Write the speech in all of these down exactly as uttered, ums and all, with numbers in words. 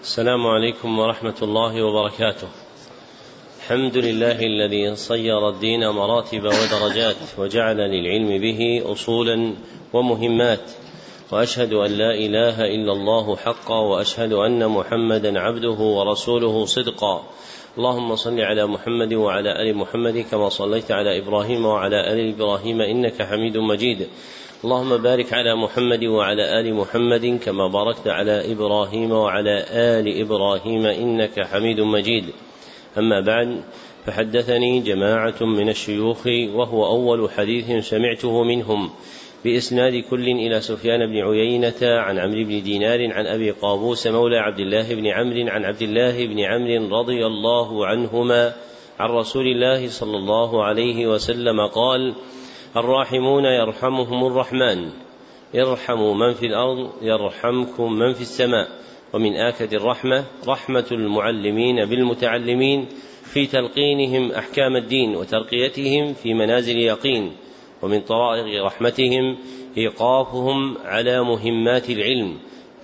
السلام عليكم ورحمة الله وبركاته. الحمد لله الذي صير الدين مراتب ودرجات وجعل للعلم به أصولا ومهمات، وأشهد أن لا إله إلا الله حقا، وأشهد أن محمدا عبده ورسوله صدقا. اللهم صل على محمد وعلى آل محمد كما صليت على إبراهيم وعلى آل إبراهيم إنك حميد مجيد. اللهم بارك على محمد وعلى آل محمد كما باركت على إبراهيم وعلى آل إبراهيم إنك حميد مجيد. أما بعد، فحدثني جماعة من الشيوخ وهو أول حديث سمعته منهم بإسناد كل إلى سفيان بن عيينة عن عمرو بن دينار عن أبي قابوس مولى عبد الله بن عمرو عن عبد الله بن عمرو رضي الله عنهما عن رسول الله صلى الله عليه وسلم قال: الراحمون يرحمهم الرحمن، ارحموا من في الأرض يرحمكم من في السماء. ومن آكد الرحمة رحمة المعلمين بالمتعلمين في تلقينهم أحكام الدين وترقيتهم في منازل يقين. ومن طرائق رحمتهم إيقافهم على مهمات العلم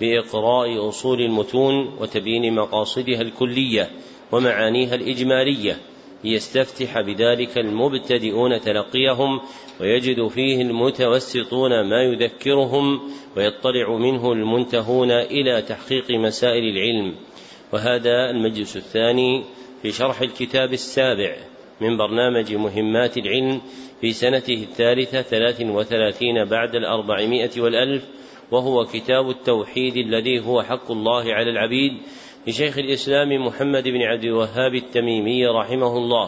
بإقراء أصول المتون وتبيين مقاصدها الكلية ومعانيها الإجمالية، ليستفتح بذلك المبتدئون تلقيهم، ويجد فيه المتوسطون ما يذكرهم، ويطلع منه المنتهون إلى تحقيق مسائل العلم. وهذا المجلس الثاني في شرح الكتاب السابع من برنامج مهمات العلم في سنته الثالثة ثلاث وثلاثين بعد الأربعمائة والألف، وهو كتاب التوحيد الذي هو حق الله على العبيد لشيخ الإسلام محمد بن عبد الوهاب التميمي رحمه الله،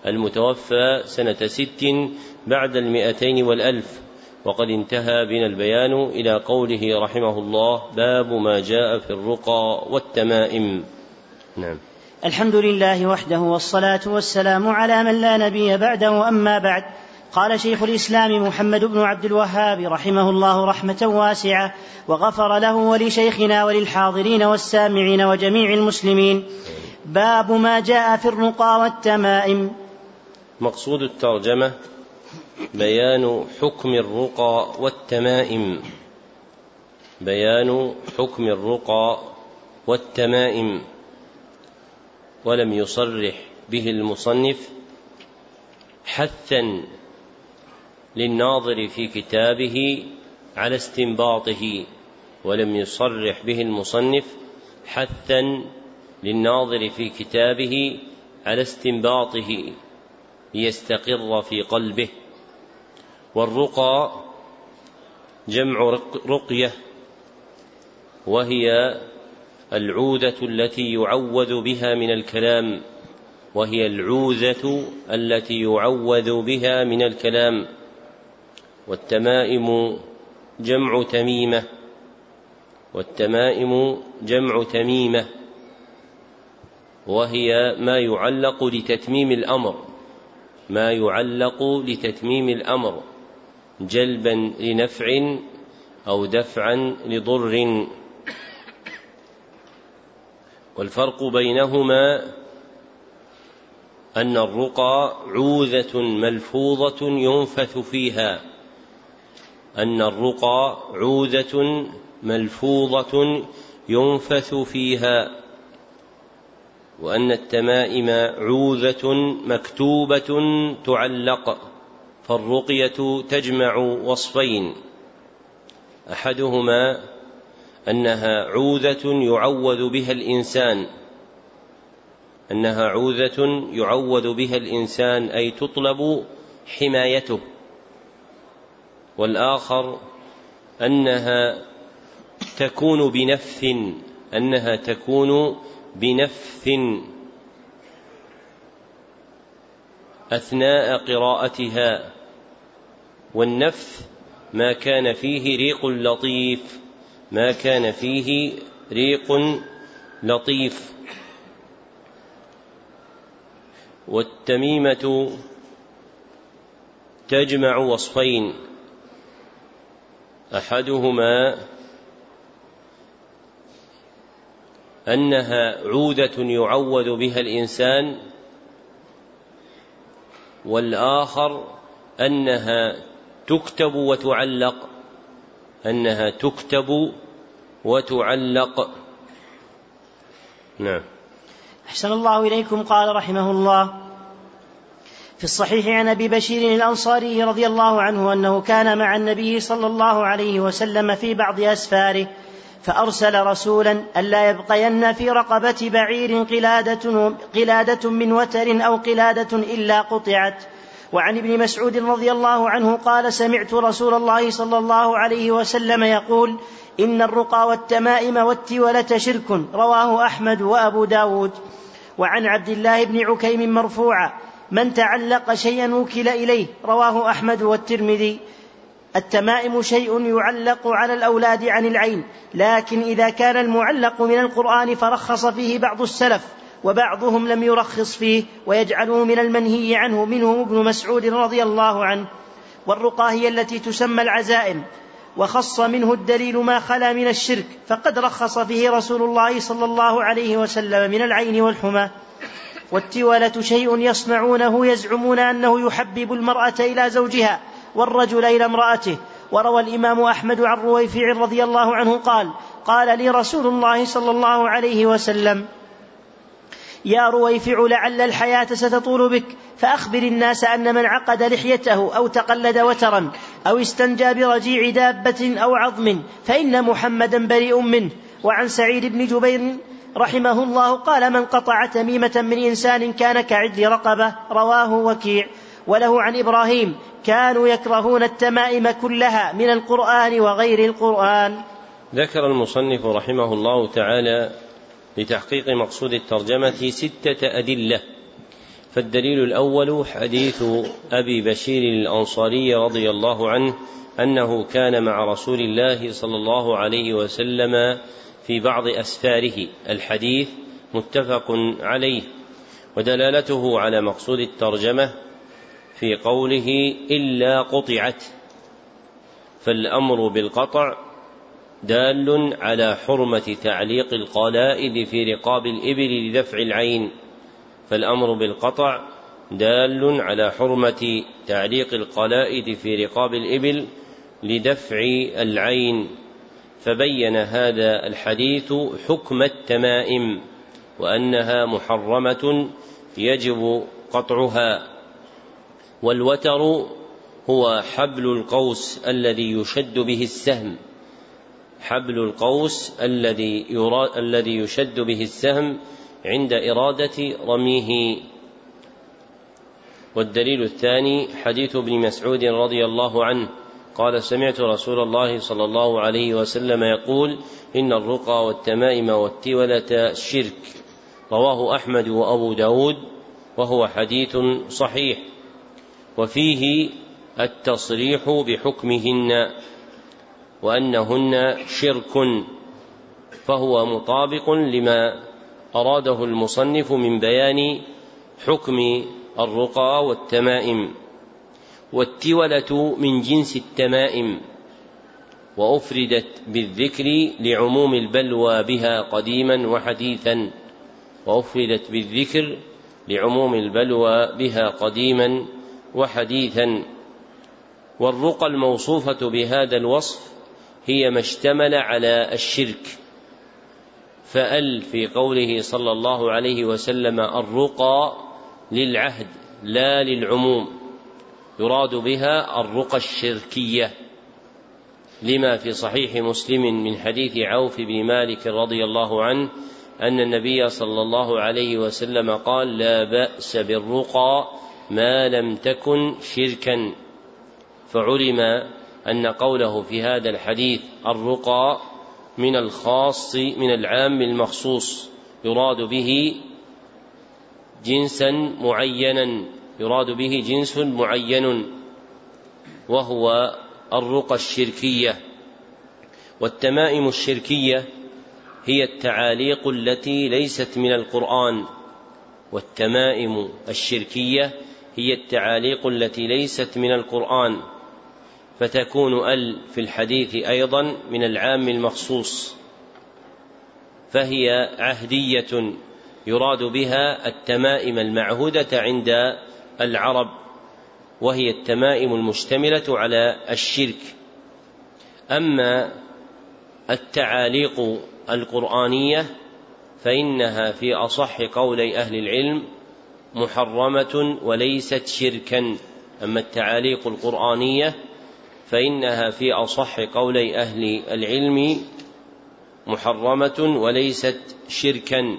المتوفى سنة ست بعد المئتين والألف. وقد انتهى بنا البيان إلى قوله رحمه الله: باب ما جاء في الرقى والتمائم. نعم. الحمد لله وحده، والصلاة والسلام على من لا نبي بعده. أما بعد، قال شيخ الإسلام محمد بن عبد الوهاب رحمه الله رحمة واسعة، وغفر له ولشيخنا وللحاضرين والسامعين وجميع المسلمين: باب ما جاء في الرقى والتمائم. مقصود الترجمة بيان حكم الرقى والتمائم. بيان حكم الرقى والتمائم، ولم يصرح به المصنف حثا للناظر في كتابه على استنباطه، ولم يصرح به المصنف حثا للناظر في كتابه على استنباطه ليستقر في قلبه. والرقى جمع رقية، وهي العوذة التي يعوذ بها من الكلام وهي العوذة التي يعوذ بها من الكلام. والتمائم جمع تميمة والتمائم جمع تميمة وهي ما يعلق لتتميم الأمر ما يعلق لتتميم الأمر جلبا لنفع أو دفعا لضر. والفرق بينهما أن الرقى عوذة ملفوظة ينفث فيها أن الرقى عوذة ملفوظة ينفث فيها وأن التمائم عوذة مكتوبة تعلق. فالرقية تجمع وصفين: أحدهما أنها عوذة يعوذ بها الإنسان أنها عوذة يعوذ بها الإنسان أي تطلب حمايته. والآخر أنها تكون بنفث أنها تكون بنفث أثناء قراءتها. والنفث ما كان فيه ريق لطيف ما كان فيه ريق لطيف. والتميمة تجمع وصفين: أحدهما أنها عوذة يعوذ بها الإنسان، والآخر أنها تكتب وتعلق أنها تكتب وتعلق. نعم. أحسن الله إليكم. قال رحمه الله: في الصحيح عن أبي بشير الأنصاري رضي الله عنه أنه كان مع النبي صلى الله عليه وسلم في بعض أسفاره فأرسل رسولا ألا يبقين في رقبة بعير قلادة, قلادة من وتر أو قلادة إلا قطعت. وعن ابن مسعود رضي الله عنه قال: سمعت رسول الله صلى الله عليه وسلم يقول: إن الرقى والتمائم والتولة شرك. رواه أحمد وأبو داود. وعن عبد الله بن عكيم مرفوعا: من تعلق شيئا وكل إليه. رواه أحمد والترمذي. التمائم شيء يعلق على الأولاد عن العين، لكن إذا كان المعلق من القرآن فرخص فيه بعض السلف، وبعضهم لم يرخص فيه ويجعله من المنهي عنه، منهم ابن مسعود رضي الله عنه. والرقى هي التي تسمى العزائم، وخص منه الدليل ما خلا من الشرك، فقد رخص فيه رسول الله صلى الله عليه وسلم من العين والحمى. والتولة شيء يصنعونه يزعمون أنه يحبب المرأة إلى زوجها والرجل إلى امرأته. وروى الإمام أحمد عن رويفع رضي الله عنه قال: قال لي رسول الله صلى الله عليه وسلم: يا رويفع، لعل الحياة ستطول بك، فأخبر الناس أن من عقد لحيته أو تقلد وترا أو استنجى برجيع دابة أو عظم فإن محمدا بريء منه. وعن سعيد بن جبير رحمه الله قال: من قطع تميمة من إنسان كان كعدل رقبة. رواه وكيع. وله عن إبراهيم: كانوا يكرهون التمائم كلها من القرآن وغير القرآن. ذكر المصنف رحمه الله تعالى لتحقيق مقصود الترجمة ستة أدلة. فالدليل الأول حديث أبي بشير الأنصاري رضي الله عنه أنه كان مع رسول الله صلى الله عليه وسلم في بعض أسفاره. الحديث متفق عليه. ودلالته على مقصود الترجمة في قوله: إلا قطعت، فالأمر بالقطع دال على حرمة تعليق القلائد في رقاب الإبل لدفع العين. فالأمر بالقطع دال على حرمة تعليق القلائد في رقاب الإبل لدفع العين. فبين هذا الحديث حكم التمائم وأنها محرمة يجب قطعها. والوتر هو حبل القوس الذي يشد به السهم، حبل القوس الذي الذي يشد به السهم عند إرادة رميه. والدليل الثاني حديث ابن مسعود رضي الله عنه قال: سمعت رسول الله صلى الله عليه وسلم يقول: إن الرقى والتمائم والتولة شرك. رواه أحمد وأبو داود، وهو حديث صحيح، وفيه التصريح بحكمهن وأنهن شرك، فهو مطابق لما أراده المصنف من بيان حكم الرقى والتمائم. والتولة من جنس التمائم، وأفردت بالذكر لعموم البلوى بها قديما وحديثا وأفردت بالذكر لعموم البلوى بها قديما وحديثا. والرقى الموصوفة بهذا الوصف هي ما اشتمل على الشرك. فأل في قوله صلى الله عليه وسلم: الرقى للعهد لا للعموم، يراد بها الرقى الشركية، لما في صحيح مسلم من حديث عوف بن مالك رضي الله عنه أن النبي صلى الله عليه وسلم قال: لا بأس بالرقى ما لم تكن شركا. فعلم أن قوله في هذا الحديث الرقى من الخاص من العام المخصوص، يراد به جنسا معينا يراد به جنس معين وهو الرقى الشركية. والتمائم الشركية هي التعاليق التي ليست من القرآن والتمائم الشركية هي التعاليق التي ليست من القرآن، فتكون ال في الحديث أيضا من العام المخصوص، فهي عهدية يراد بها التمائم المعهودة عند العرب، وهي التمائم المشتملة على الشرك. أما التعاليق القرآنية فإنها في أصح قولي أهل العلم محرمة وليست شركا. أما التعاليق القرآنية فإنها في أصح قولي أهل العلم محرمة وليست شركا،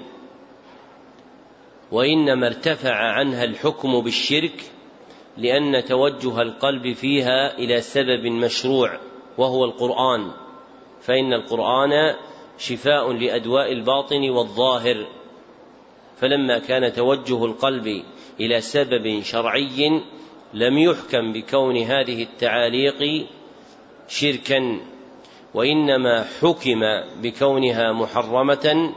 وإنما ارتفع عنها الحكم بالشرك لأن توجه القلب فيها إلى سبب مشروع وهو القرآن، فإن القرآن شفاء لأدواء الباطن والظاهر، فلما كان توجه القلب إلى سبب شرعي لم يحكم بكون هذه التعاليق شركا، وإنما حكم بكونها محرمة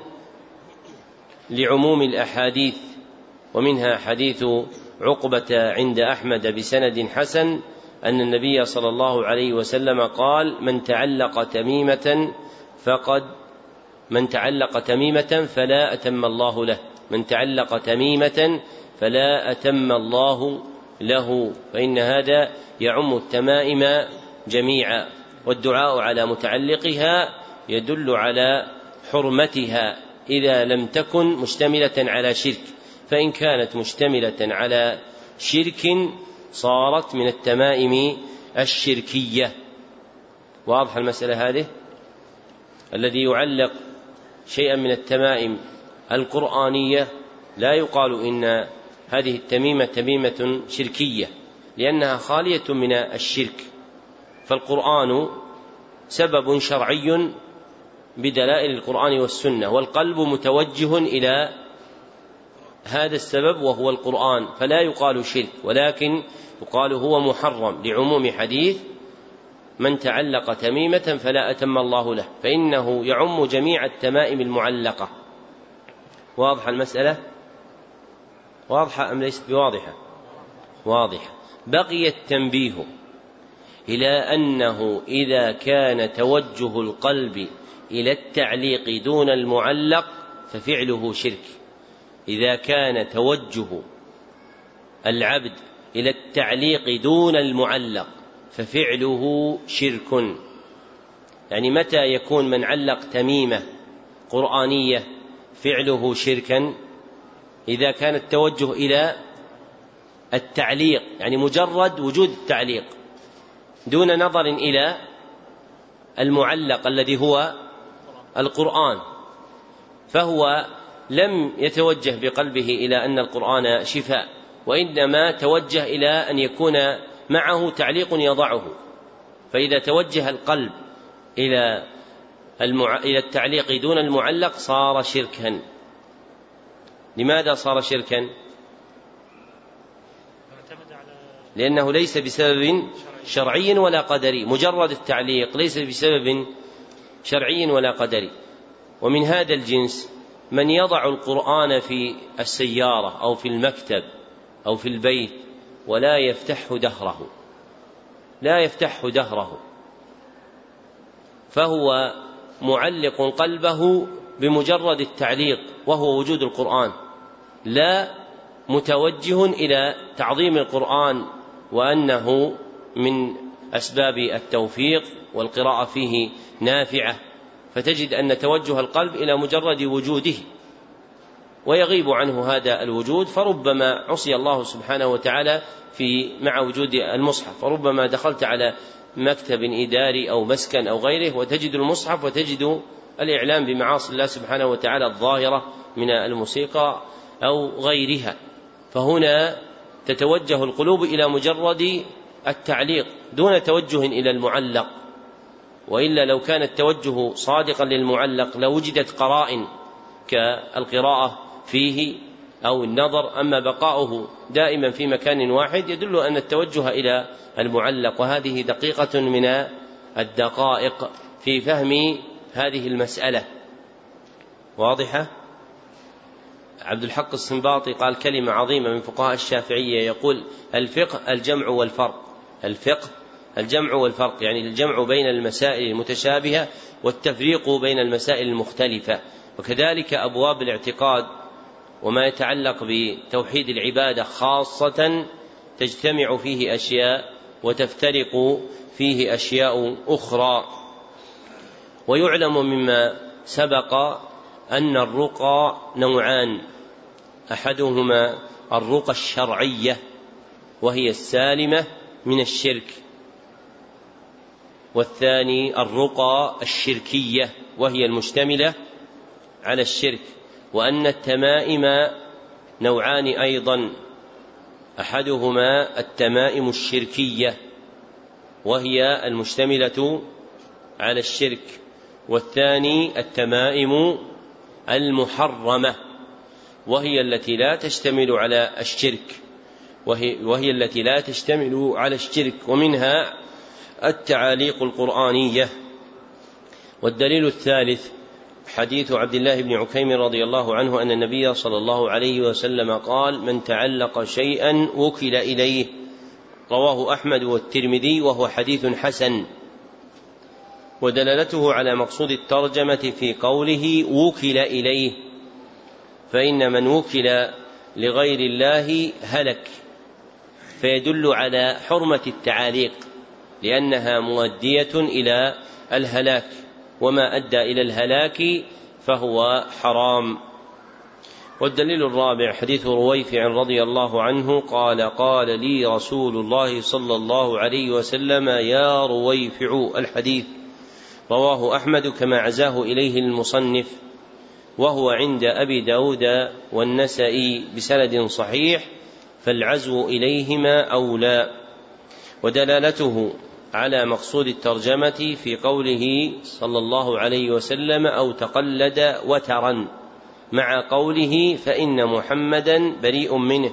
لعموم الأحاديث، ومنها حديث عقبة عند أحمد بسند حسن أن النبي صلى الله عليه وسلم قال: من تعلق تميمة فقد من تعلق تميمة فلا أتم الله له من تعلق تميمة فلا أتم الله له فإن هذا يعم التمائم جميعا، والدعاء على متعلقها يدل على حرمتها إذا لم تكن مشتملة على شرك، فإن كانت مشتملة على شرك صارت من التمائم الشركية. واضح المسألة هذه؟ الذي يعلق شيئا من التمائم القرآنية لا يقال إن هذه التميمة تميمة شركية، لأنها خالية من الشرك، فالقرآن سبب شرعي بدلائل القرآن والسنة، والقلب متوجه إلى هذا السبب وهو القرآن، فلا يقال شرك، ولكن يقال هو محرم لعموم حديث من تعلق تميمة فلا أتم الله له، فإنه يعم جميع التمائم المعلقة. واضح المسألة؟ واضحة أم ليست بواضحة؟ واضحة. بقي التنبيه إلى أنه إذا كان توجه القلب إلى التعليق دون المعلق ففعله شرك. إذا كان توجه العبد إلى التعليق دون المعلق ففعله شرك. يعني متى يكون من علق تميمة قرآنية فعله شركا؟ إذا كان التوجه إلى التعليق، يعني مجرد وجود التعليق دون نظر إلى المعلق الذي هو القرآن، فهو لم يتوجه بقلبه إلى أن القرآن شفاء، وإنما توجه إلى أن يكون معه تعليق يضعه. فإذا توجه القلب إلى المع... إلى التعليق دون المعلق صار شركا. لماذا صار شركا؟ لأنه ليس بسبب شرعي ولا قدري، مجرد التعليق ليس بسبب شرعي ولا قدري. ومن هذا الجنس من يضع القرآن في السيارة أو في المكتب أو في البيت ولا يفتحه دهره لا يفتحه دهره فهو معلق قلبه بمجرد التعليق وهو وجود القرآن، لا متوجه إلى تعظيم القرآن وأنه من أسباب التوفيق والقراءة فيه نافعة، فتجد أن توجه القلب إلى مجرد وجوده ويغيب عنه هذا الوجود، فربما عصي الله سبحانه وتعالى في مع وجود المصحف، فربما دخلت على مكتب إداري أو مسكن أو غيره وتجد المصحف وتجد الإعلام بمعاصي الله سبحانه وتعالى الظاهرة من الموسيقى أو غيرها، فهنا تتوجه القلوب إلى مجرد التعليق دون توجه إلى المعلق. وإلا لو كان التوجه صادقا للمعلق لوجدت قرائن كالقراءة فيه أو النظر، أما بقاؤه دائما في مكان واحد يدل أن التوجه إلى المعلق، وهذه دقيقة من الدقائق في فهم هذه المسألة. واضحة؟ عبد الحق السنباطي قال كلمة عظيمة من فقهاء الشافعية، يقول الفقه الجمع والفرق. الفقه الجمع والفرق، يعني الجمع بين المسائل المتشابهة والتفريق بين المسائل المختلفة. وكذلك أبواب الاعتقاد وما يتعلق بتوحيد العبادة خاصة تجتمع فيه أشياء وتفترق فيه أشياء أخرى. ويعلم مما سبق أن الرقى نوعان: أحدهما الرقى الشرعية وهي السالمة من الشرك، والثاني الرقى الشركية وهي المشتملة على الشرك. وأن التمائم نوعان أيضا: أحدهما التمائم الشركية وهي المشتملة على الشرك، والثاني التمائم المحرمة وهي التي لا تشتمل على الشرك وهي, وهي التي لا تشتمل على الشرك ومنها التعاليق القرآنية. والدليل الثالث حديث عبد الله بن عكيم رضي الله عنه أن النبي صلى الله عليه وسلم قال: من تعلق شيئا وكل إليه، رواه أحمد والترمذي وهو حديث حسن. ودلالته على مقصود الترجمة في قوله وكل إليه، فإن من وكل لغير الله هلك، فيدل على حرمة التعاليق لأنها مؤدية إلى الهلاك، وما أدى إلى الهلاك فهو حرام. والدليل الرابع حديث رويفع رضي الله عنه قال: قال لي رسول الله صلى الله عليه وسلم: يا رويفع. الحديث رواه أحمد كما عزاه إليه المصنف، وهو عند أبي داود والنسائي بسند صحيح، فالعزو إليهما أولى. ودلالته على مقصود الترجمة في قوله صلى الله عليه وسلم: أو تقلد وترا، مع قوله: فإن محمدا بريء منه،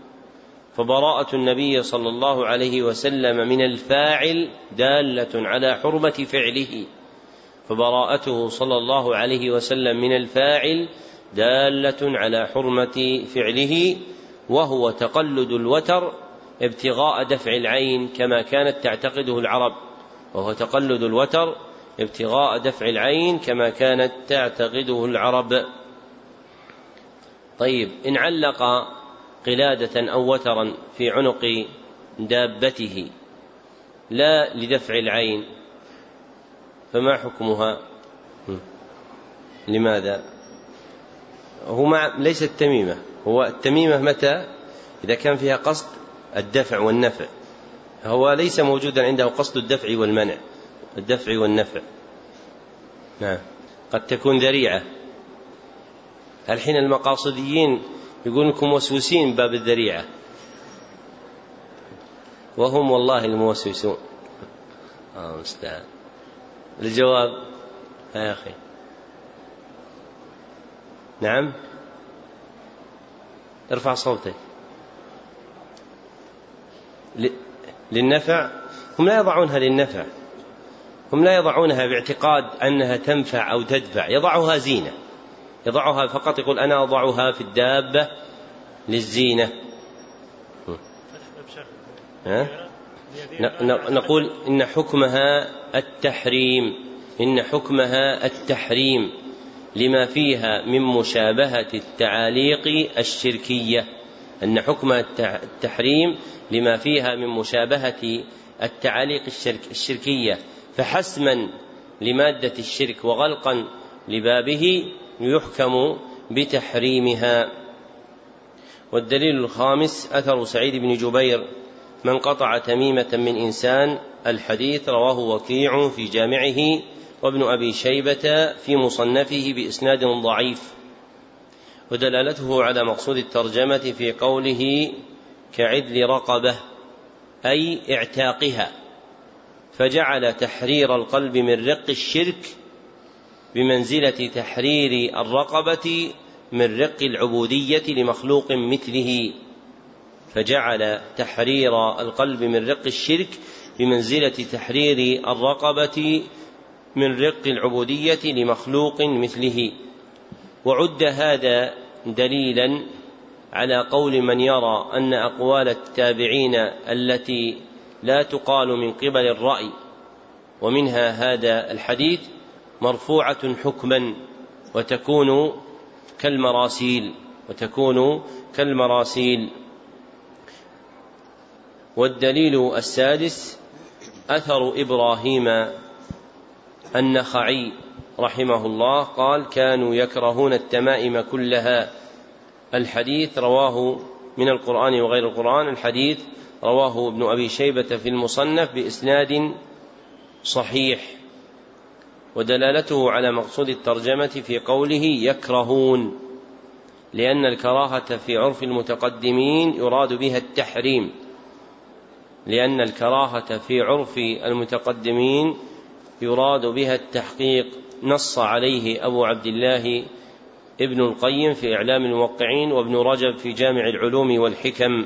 فبراءة النبي صلى الله عليه وسلم من الفاعل دالة على حرمة فعله، فبراءته صلى الله عليه وسلم من الفاعل دالة على حرمة فعله، وهو تقلد الوتر ابتغاء دفع العين كما كانت تعتقده العرب وهو تقلد الوتر ابتغاء دفع العين كما كانت تعتقده العرب. طيب، إن علق قلادة أو وترا في عنق دابته لا لدفع العين فما حكمها؟ لماذا؟ هو مع ليس التميمة، هو التميمة متى؟ إذا كان فيها قصد الدفع والنفع، هو ليس موجودا عنده قصد الدفع والمنع، الدفع والنفع. نعم، قد تكون ذريعة. الحين المقاصديين يقول لكم موسوسين باب الذريعة، وهم والله الموسوسون. آه مستعان. الجواب يا أخي. نعم، ارفع صوتك. للنفع، هم لا يضعونها للنفع، هم لا يضعونها باعتقاد أنها تنفع أو تدفع، يضعها زينة، يضعها فقط، يقول أنا أضعها في الدابة للزينة. ها؟ نقول إن حكمها التحريم، إن حكمها التحريم لما فيها من مشابهة التعاليق الشركية، أن حكمها التحريم لما فيها من مشابهة التعاليق الشركية، فحسما لمادة الشرك وغلقا لبابه يحكم بتحريمها. والدليل الخامس أثر سعيد بن جبير: من قطع تميمة من إنسان. الحديث رواه وكيع في جامعه وابن أبي شيبة في مصنفه بإسناد ضعيف. ودلالته على مقصود الترجمة في قوله كعدل رقبة، أي اعتاقها، فجعل تحرير القلب من رق الشرك بمنزلة تحرير الرقبة من رق العبودية لمخلوق مثله، فجعل تحرير القلب من رق الشرك بمنزلة تحرير الرقبة من رق العبودية لمخلوق مثله. وعد هذا دليلا على قول من يرى أن أقوال التابعين التي لا تقال من قبل الرأي، ومنها هذا الحديث، مرفوعة حكما وتكون كالمراسيل وتكون كالمراسيل. والدليل السادس أثر إبراهيم النخعي رحمه الله قال: كانوا يكرهون التمائم كلها. الحديث رواه من القرآن وغير القرآن. الحديث رواه ابن أبي شيبة في المصنف بإسناد صحيح، ودلالته على مقصود الترجمة في قوله يكرهون، لأن الكراهة في عرف المتقدمين يراد بها التحريم، لأن الكراهة في عرف المتقدمين يراد بها التحقيق. نص عليه أبو عبد الله ابن القيم في إعلام الموقعين، وابن رجب في جامع العلوم والحكم.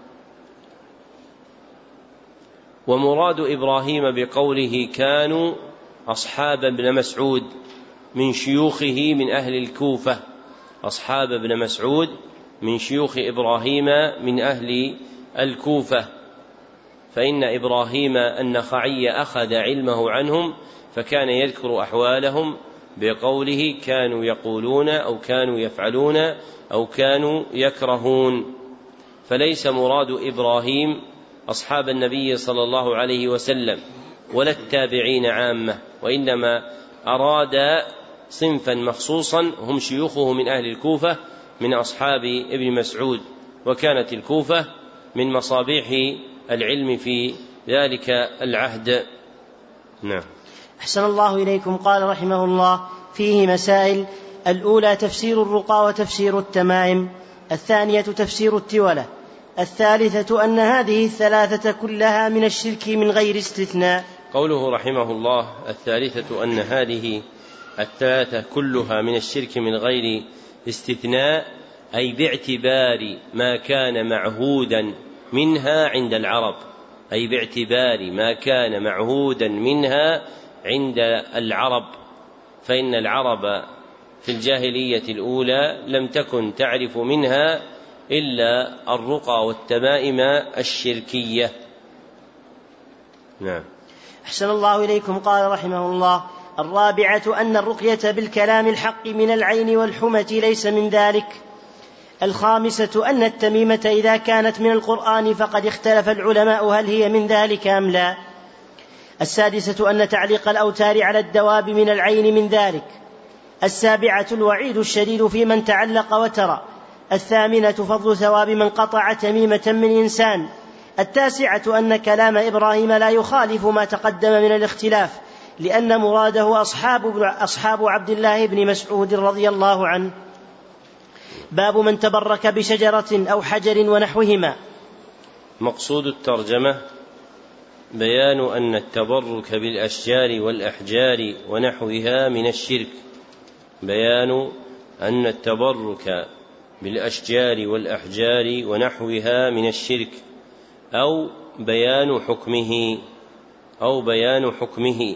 ومراد إبراهيم بقوله كانوا أصحاب ابن مسعود من شيوخه من أهل الكوفة، أصحاب ابن مسعود من شيوخ إبراهيم من أهل الكوفة، فإن إبراهيم النخعي أخذ علمه عنهم، فكان يذكر أحوالهم بقوله كانوا يقولون أو كانوا يفعلون أو كانوا يكرهون. فليس مراد إبراهيم أصحاب النبي صلى الله عليه وسلم ولا التابعين عامة، وإنما أراد صنفا مخصوصا هم شيوخه من أهل الكوفة من أصحاب ابن مسعود، وكانت الكوفة من مصابيح العلم في ذلك العهد. نعم. أحسن الله إليكم. قال رحمه الله: فيه مسائل: الأولى تفسير الرقى وتفسير التمائم، الثانية تفسير التولة، الثالثة أن هذه الثلاثة كلها من الشرك من غير استثناء. قوله رحمه الله: الثالثة أن هذه الثلاثة كلها من الشرك من غير استثناء، أي باعتبار ما كان معهودا منها عند العرب، أي باعتبار ما كان معهودا منها عند العرب، فإن العرب في الجاهلية الأولى لم تكن تعرف منها إلا الرقى والتمائم الشركية. نعم. أحسن الله إليكم. قال رحمه الله: الرابعة أن الرقية بالكلام الحق من العين والحمة ليس من ذلك. الخامسة أن التميمة إذا كانت من القرآن فقد اختلف العلماء هل هي من ذلك أم لا. السادسة أن تعليق الأوتار على الدواب من العين من ذلك. السابعة الوعيد الشديد في من تعلق وترى. الثامنة فضل ثواب من قطع تميمة من إنسان. التاسعة أن كلام إبراهيم لا يخالف ما تقدم من الاختلاف، لأن مراده أصحاب, أصحاب عبد الله بن مسعود رضي الله عنه. باب من تبرك بشجرة أو حجر ونحوهما. مقصود الترجمة بيان أن التبرك بالأشجار والأحجار ونحوها من الشرك، بيان أن التبرك بالأشجار والأحجار ونحوها من الشرك، أو بيان حكمه أو بيان حكمه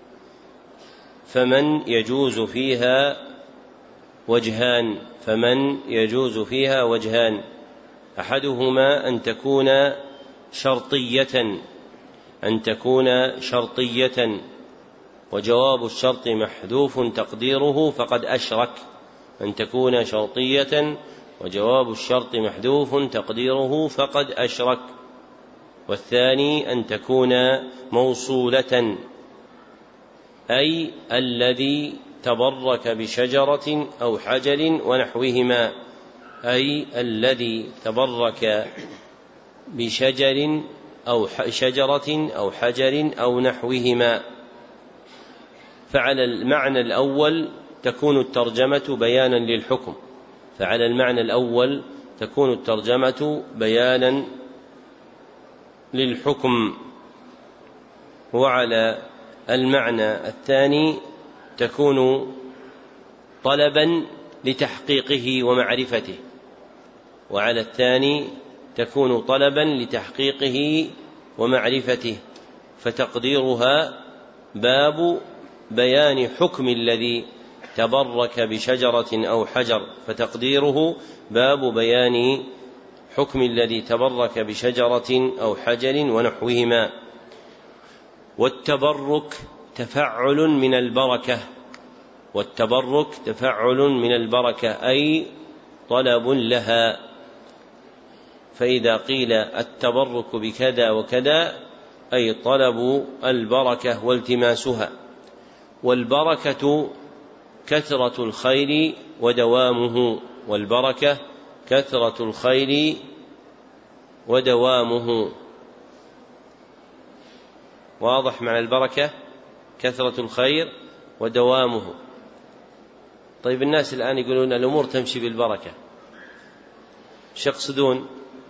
فمن يجوز فيها وجهان فمن يجوز فيها وجهان أحدهما أن تكون شرطية أن تكون شرطية وجواب الشرط محذوف تقديره فقد أشرك، أن تكون شرطية وجواب الشرط محذوف تقديره فقد أشرك. والثاني أن تكون موصولة، أي الذي تبرك بشجرة أو حجر ونحوهما، أي الذي تبرك بشجر أو شجرة أو حجر أو نحوهما. فعلى المعنى الأول تكون الترجمة بيانا للحكم فعلى المعنى الأول تكون الترجمة بيانا للحكم وعلى المعنى الثاني تكون طلبا لتحقيقه ومعرفته وعلى الثاني تكون طلبا لتحقيقه ومعرفته فتقديرها باب بيان حكم الذي تبرك بشجرة أو حجر فتقديره باب بيان حكم الذي تبرك بشجرة أو حجر ونحوهما. والتبرك تفعل من البركة والتبرك تفعل من البركة أي طلب لها، فإذا قيل التبرك بكذا وكذا أي طلب البركة والتماسها. والبركة كثرة الخير ودوامه والبركة كثرة الخير ودوامه. واضح معنى البركة؟ كثرة الخير ودوامه. طيب الناس الآن يقولون الأمور تمشي بالبركة، ايش يقصدون؟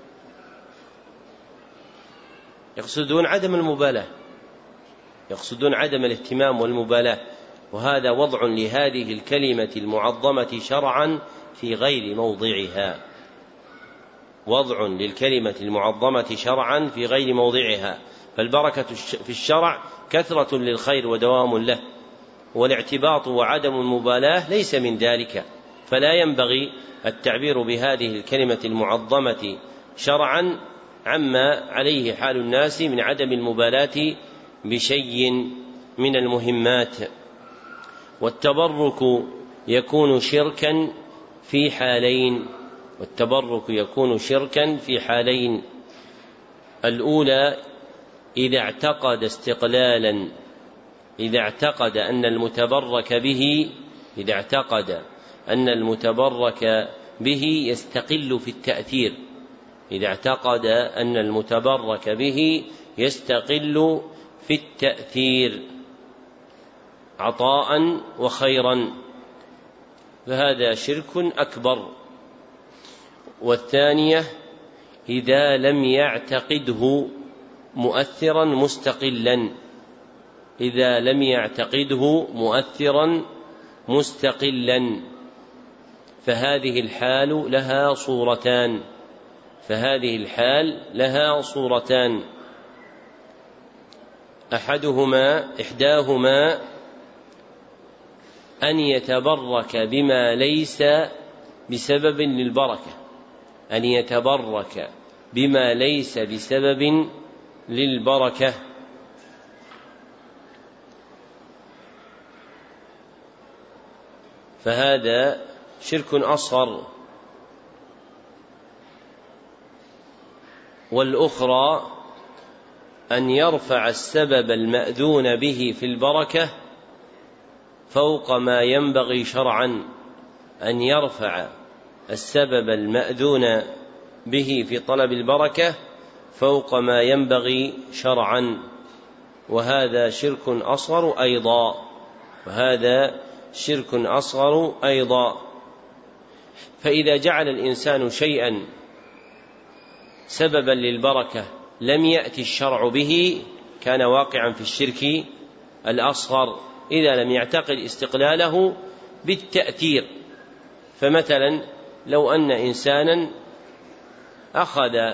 يقصدون عدم المبالاة، يقصدون عدم الاهتمام والمبالاة، وهذا وضع لهذه الكلمة المعظمة شرعا في غير موضعها، وضع للكلمة المعظمة شرعا في غير موضعها. فالبركة في الشرع كثرة للخير ودوام له، والاعتباط وعدم المبالاة ليس من ذلك، فلا ينبغي التعبير بهذه الكلمة المعظمة شرعا عما عليه حال الناس من عدم المبالاة بشيء من المهمات. والتبرك يكون شركا في حالين، والتبرك يكون شركا في حالين: الأولى إذا اعتقد استقلالا، إذا اعتقد أن المتبرك به إذا اعتقد أن المتبرك به يستقل في التأثير، إذا اعتقد أن المتبرك به يستقل في التأثير عطاء وخيرا، فهذا شرك أكبر. والثانية إذا لم يعتقده مؤثرا مستقلا، إذا لم يعتقده مؤثرا مستقلا، فهذه الحال لها صورتان فهذه الحال لها صورتان أحدهما إحداهما أن يتبرك بما ليس بسبب للبركة أن يتبرك بما ليس بسبب للبركة، فهذا شرك أصغر. والأخرى أن يرفع السبب المأذون به في البركة فوق ما ينبغي شرعا، أن يرفع السبب المأذون به في طلب البركة فوق ما ينبغي شرعا، وهذا شرك أصغر أيضا وهذا شرك أصغر أيضا. فإذا جعل الإنسان شيئا سببا للبركة لم يأتي الشرع به كان واقعا في الشرك الأصغر، إذا لم يعتقد استقلاله بالتأثير. فمثلا لو أن إنسانا أخذ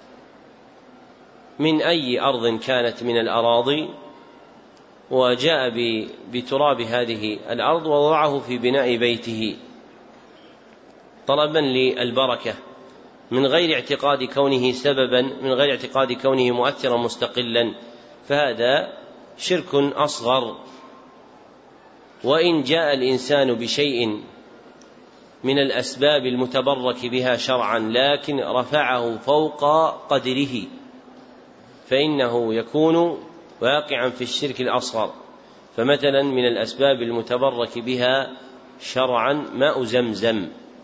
من أي أرض كانت من الأراضي وجاء بتراب هذه الأرض ووضعه في بناء بيته طلبا للبركة من غير اعتقاد كونه سببا من غير اعتقاد كونه مؤثرا مستقلا، فهذا شرك أصغر. وإن جاء الإنسان بشيء من الأسباب المتبرك بها شرعا لكن رفعه فوق قدره فإنه يكون واقعا في الشرك الأصغر. فمثلا من الأسباب المتبرك بها شرعا ماء زمزم،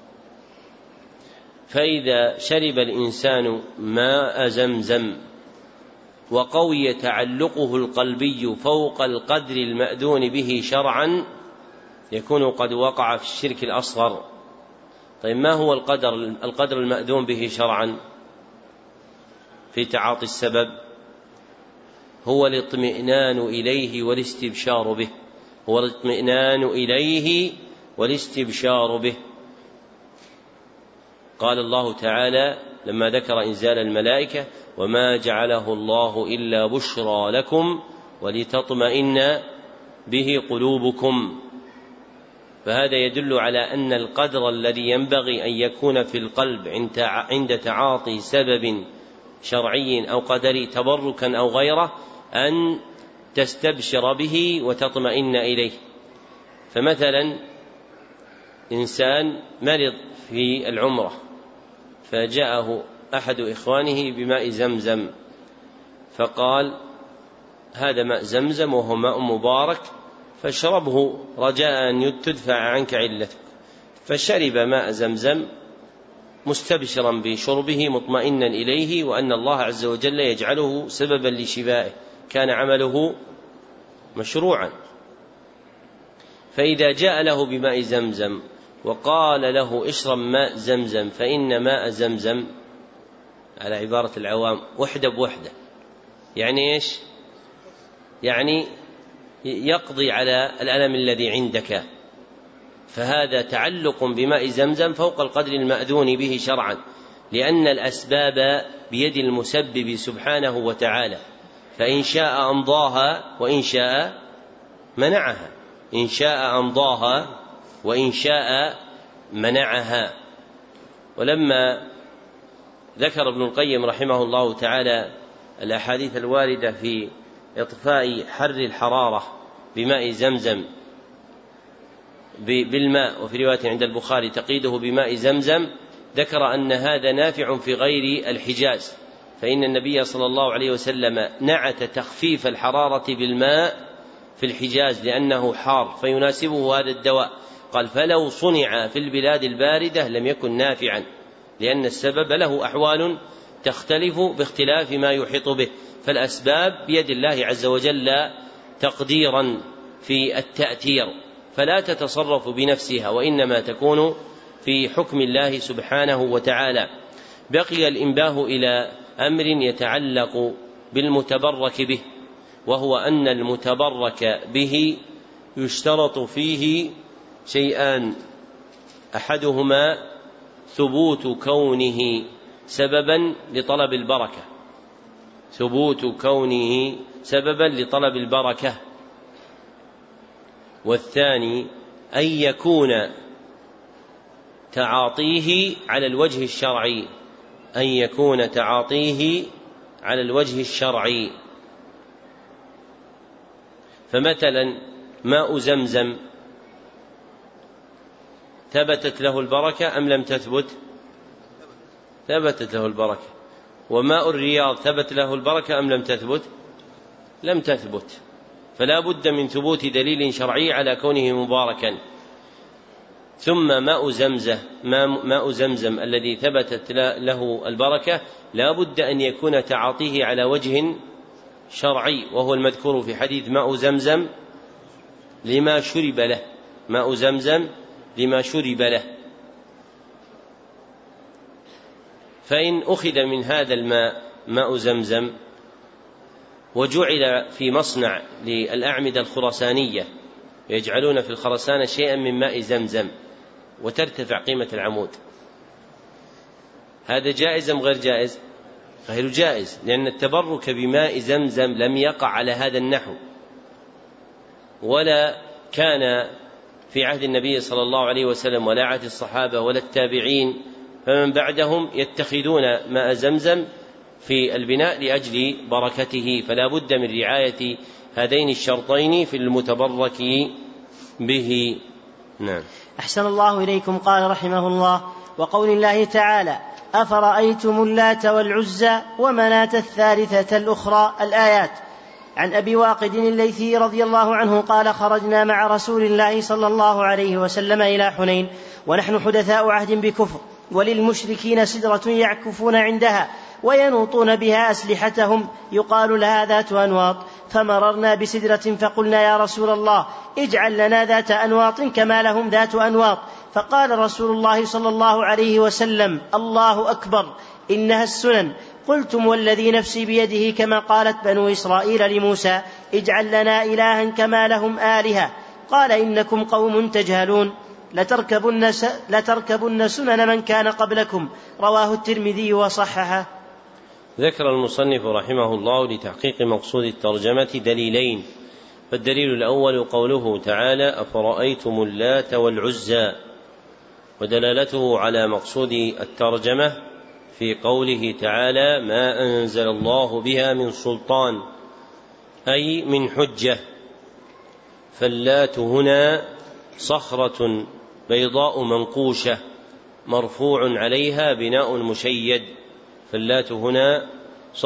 فإذا شرب الإنسان ماء زمزم وقوي تعلقه القلبي فوق القدر المأذون به شرعا يكون قد وقع في الشرك الأصغر. طيب ما هو القدر القدر المأذون به شرعا في تعاطي السبب؟ هو الاطمئنان إليه والاستبشار به هو الاطمئنان إليه والاستبشار به. قال الله تعالى لما ذكر إنزال الملائكة: وما جعله الله إلا بشرى لكم ولتطمئن به قلوبكم. فهذا يدل على أن القدر الذي ينبغي أن يكون في القلب عند تعاطي سبب شرعي أو قدري تبركا أو غيره أن تستبشر به وتطمئن إليه. فمثلا إنسان مرض في العمرة فجاءه أحد إخوانه بماء زمزم فقال: هذا ماء زمزم وهو ماء مبارك، فاشربه رجاء أن تدفع عنك علتك. فشرب ماء زمزم مستبشرا بشربه مطمئنا إليه وأن الله عز وجل يجعله سببا لشفائه، كان عمله مشروعا. فإذا جاء له بماء زمزم وقال له اشرب ماء زمزم فإن ماء زمزم على عبارة العوام وحدة بوحدة، يعني إيش؟ يعني يقضي على الألم الذي عندك، فهذا تعلق بماء زمزم فوق القدر المأذون به شرعا، لأن الأسباب بيد المسبب سبحانه وتعالى، فإن شاء أمضاها وإن شاء منعها، إن شاء أمضاها وإن شاء منعها. ولما ذكر ابن القيم رحمه الله تعالى الأحاديث الواردة في إطفاء حر الحرارة بماء زمزم بالماء، وفي رواية عند البخاري تقيده بماء زمزم، ذكر أن هذا نافع في غير الحجاز، فإن النبي صلى الله عليه وسلم نعت تخفيف الحرارة بالماء في الحجاز لأنه حار فيناسبه هذا الدواء، قال فلو صنع في البلاد الباردة لم يكن نافعا، لأن السبب له أحوال تختلف باختلاف ما يحيط به، فالأسباب بيد الله عز وجل تقديرا في التأثير، فلا تتصرف بنفسها وإنما تكون في حكم الله سبحانه وتعالى. بقي الإنباه إلى أمر يتعلق بالمتبرك به، وهو أن المتبرك به يشترط فيه شيئان: أحدهما ثبوت كونه سببا لطلب البركة، ثبوت كونه سببا لطلب البركة، والثاني أن يكون تعاطيه على الوجه الشرعي، أن يكون تعاطيه على الوجه الشرعي. فمثلا ماء زمزم ثبتت له البركة أم لم تثبت؟ ثبتت له البركة. وماء الرياض ثبت له البركة أم لم تثبت؟ لم تثبت. فلا بد من ثبوت دليل شرعي على كونه مباركا. ثم ماء زمزم ماء زمزم الذي ثبتت له البركة لا بد أن يكون تعاطيه على وجه شرعي، وهو المذكور في حديث ماء زمزم لما شرب له، ماء زمزم لما شرب له. فإن أخذ من هذا الماء ماء زمزم وجعل في مصنع للأعمدة الخرسانية يجعلون في الخرسانة شيئا من ماء زمزم وترتفع قيمة العمود، هذا جائز أم غير جائز؟ غير جائز، لأن التبرك بماء زمزم لم يقع على هذا النحو، ولا كان في عهد النبي صلى الله عليه وسلم ولا عهد الصحابة ولا التابعين، فمن بعدهم يتخذون ماء زمزم في البناء لأجل بركته، فلا بد من رعاية هذين الشرطين في المتبرك به. نعم. أحسن الله إليكم. قال رحمه الله: وقول الله تعالى: أفرأيتم اللات والعزى ومناة الثالثة الأخرى، الآيات. عن أبي واقد الليثي رضي الله عنه قال: خرجنا مع رسول الله صلى الله عليه وسلم إلى حنين ونحن حدثاء عهد بكفر، وللمشركين سدرة يعكفون عندها وينوطون بها أسلحتهم يقال لها ذات أنواط، فمررنا بسدرة فقلنا: يا رسول الله اجعل لنا ذات أنواط كما لهم ذات أنواط. فقال رسول الله صلى الله عليه وسلم: الله أكبر، إنها السنن. قلتم والذي نفسي بيده كما قالت بنو إسرائيل لموسى: اجعل لنا إلها كما لهم آلهة. قال: إنكم قوم تجهلون، لتركبن, لتركبن سنن من كان قبلكم. رواه الترمذي وصححه. ذكر المصنف رحمه الله لتحقيق مقصود الترجمة دليلين. فالدليل الأول قوله تعالى: أفرأيتم اللات والعزى، ودلالته على مقصود الترجمة في قوله تعالى: ما أنزل الله بها من سلطان، أي من حجة. فاللات هنا صخرة بيضاء منقوشة مرفوع عليها بناء مشيد، فاللات هنا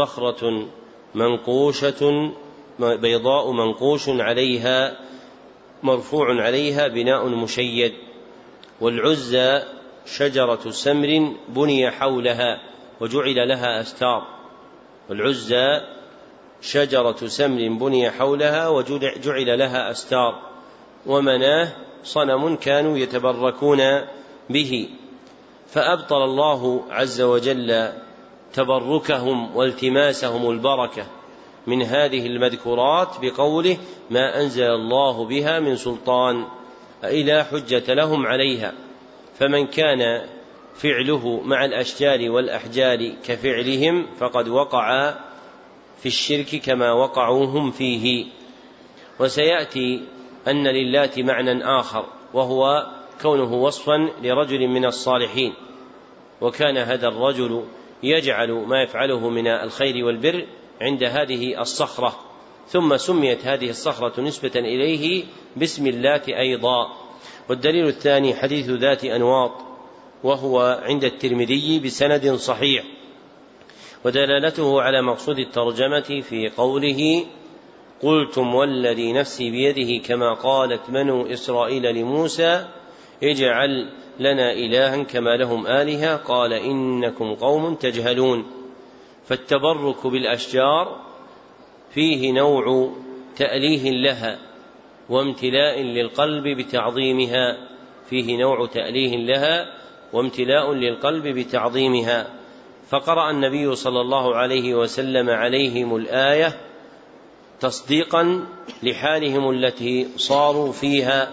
صخرة منقوشة بيضاء منقوش عليها مرفوع عليها بناء مشيد. والعزى شجرة سمر بني حولها وجعل لها أستار. والعزى شجرة سمر بني حولها وجعل لها أستار. ومناه صنم كانوا يتبركون به، فأبطل الله عز وجل تبركهم والتماسهم البركة من هذه المذكورات بقوله ما أنزل الله بها من سلطان إلا حجة لهم عليها. فمن كان فعله مع الأشجار والأحجار كفعلهم فقد وقع في الشرك كما وقعوا هم فيه. وسيأتي أن للات معنى آخر وهو كونه وصفا لرجل من الصالحين، وكان هذا الرجل يجعل ما يفعله من الخير والبر عند هذه الصخرة، ثم سميت هذه الصخرة نسبة إليه باسم اللات أيضا. والدليل الثاني حديث ذات أنواط وهو عند الترمذي بسند صحيح، ودلالته على مقصود الترجمة في قوله قلتم والذي نفسي بيده كما قالت بنو إسرائيل لموسى اجعل لنا إلها كما لهم آلهة قال إنكم قوم تجهلون. فالتبرك بالأشجار فيه نوع تأليه لها وامتلاء للقلب بتعظيمها فيه نوع تأليه لها وامتلاء للقلب بتعظيمها. فقرأ النبي صلى الله عليه وسلم عليهم الآية تصديقا لحالهم التي صاروا فيها،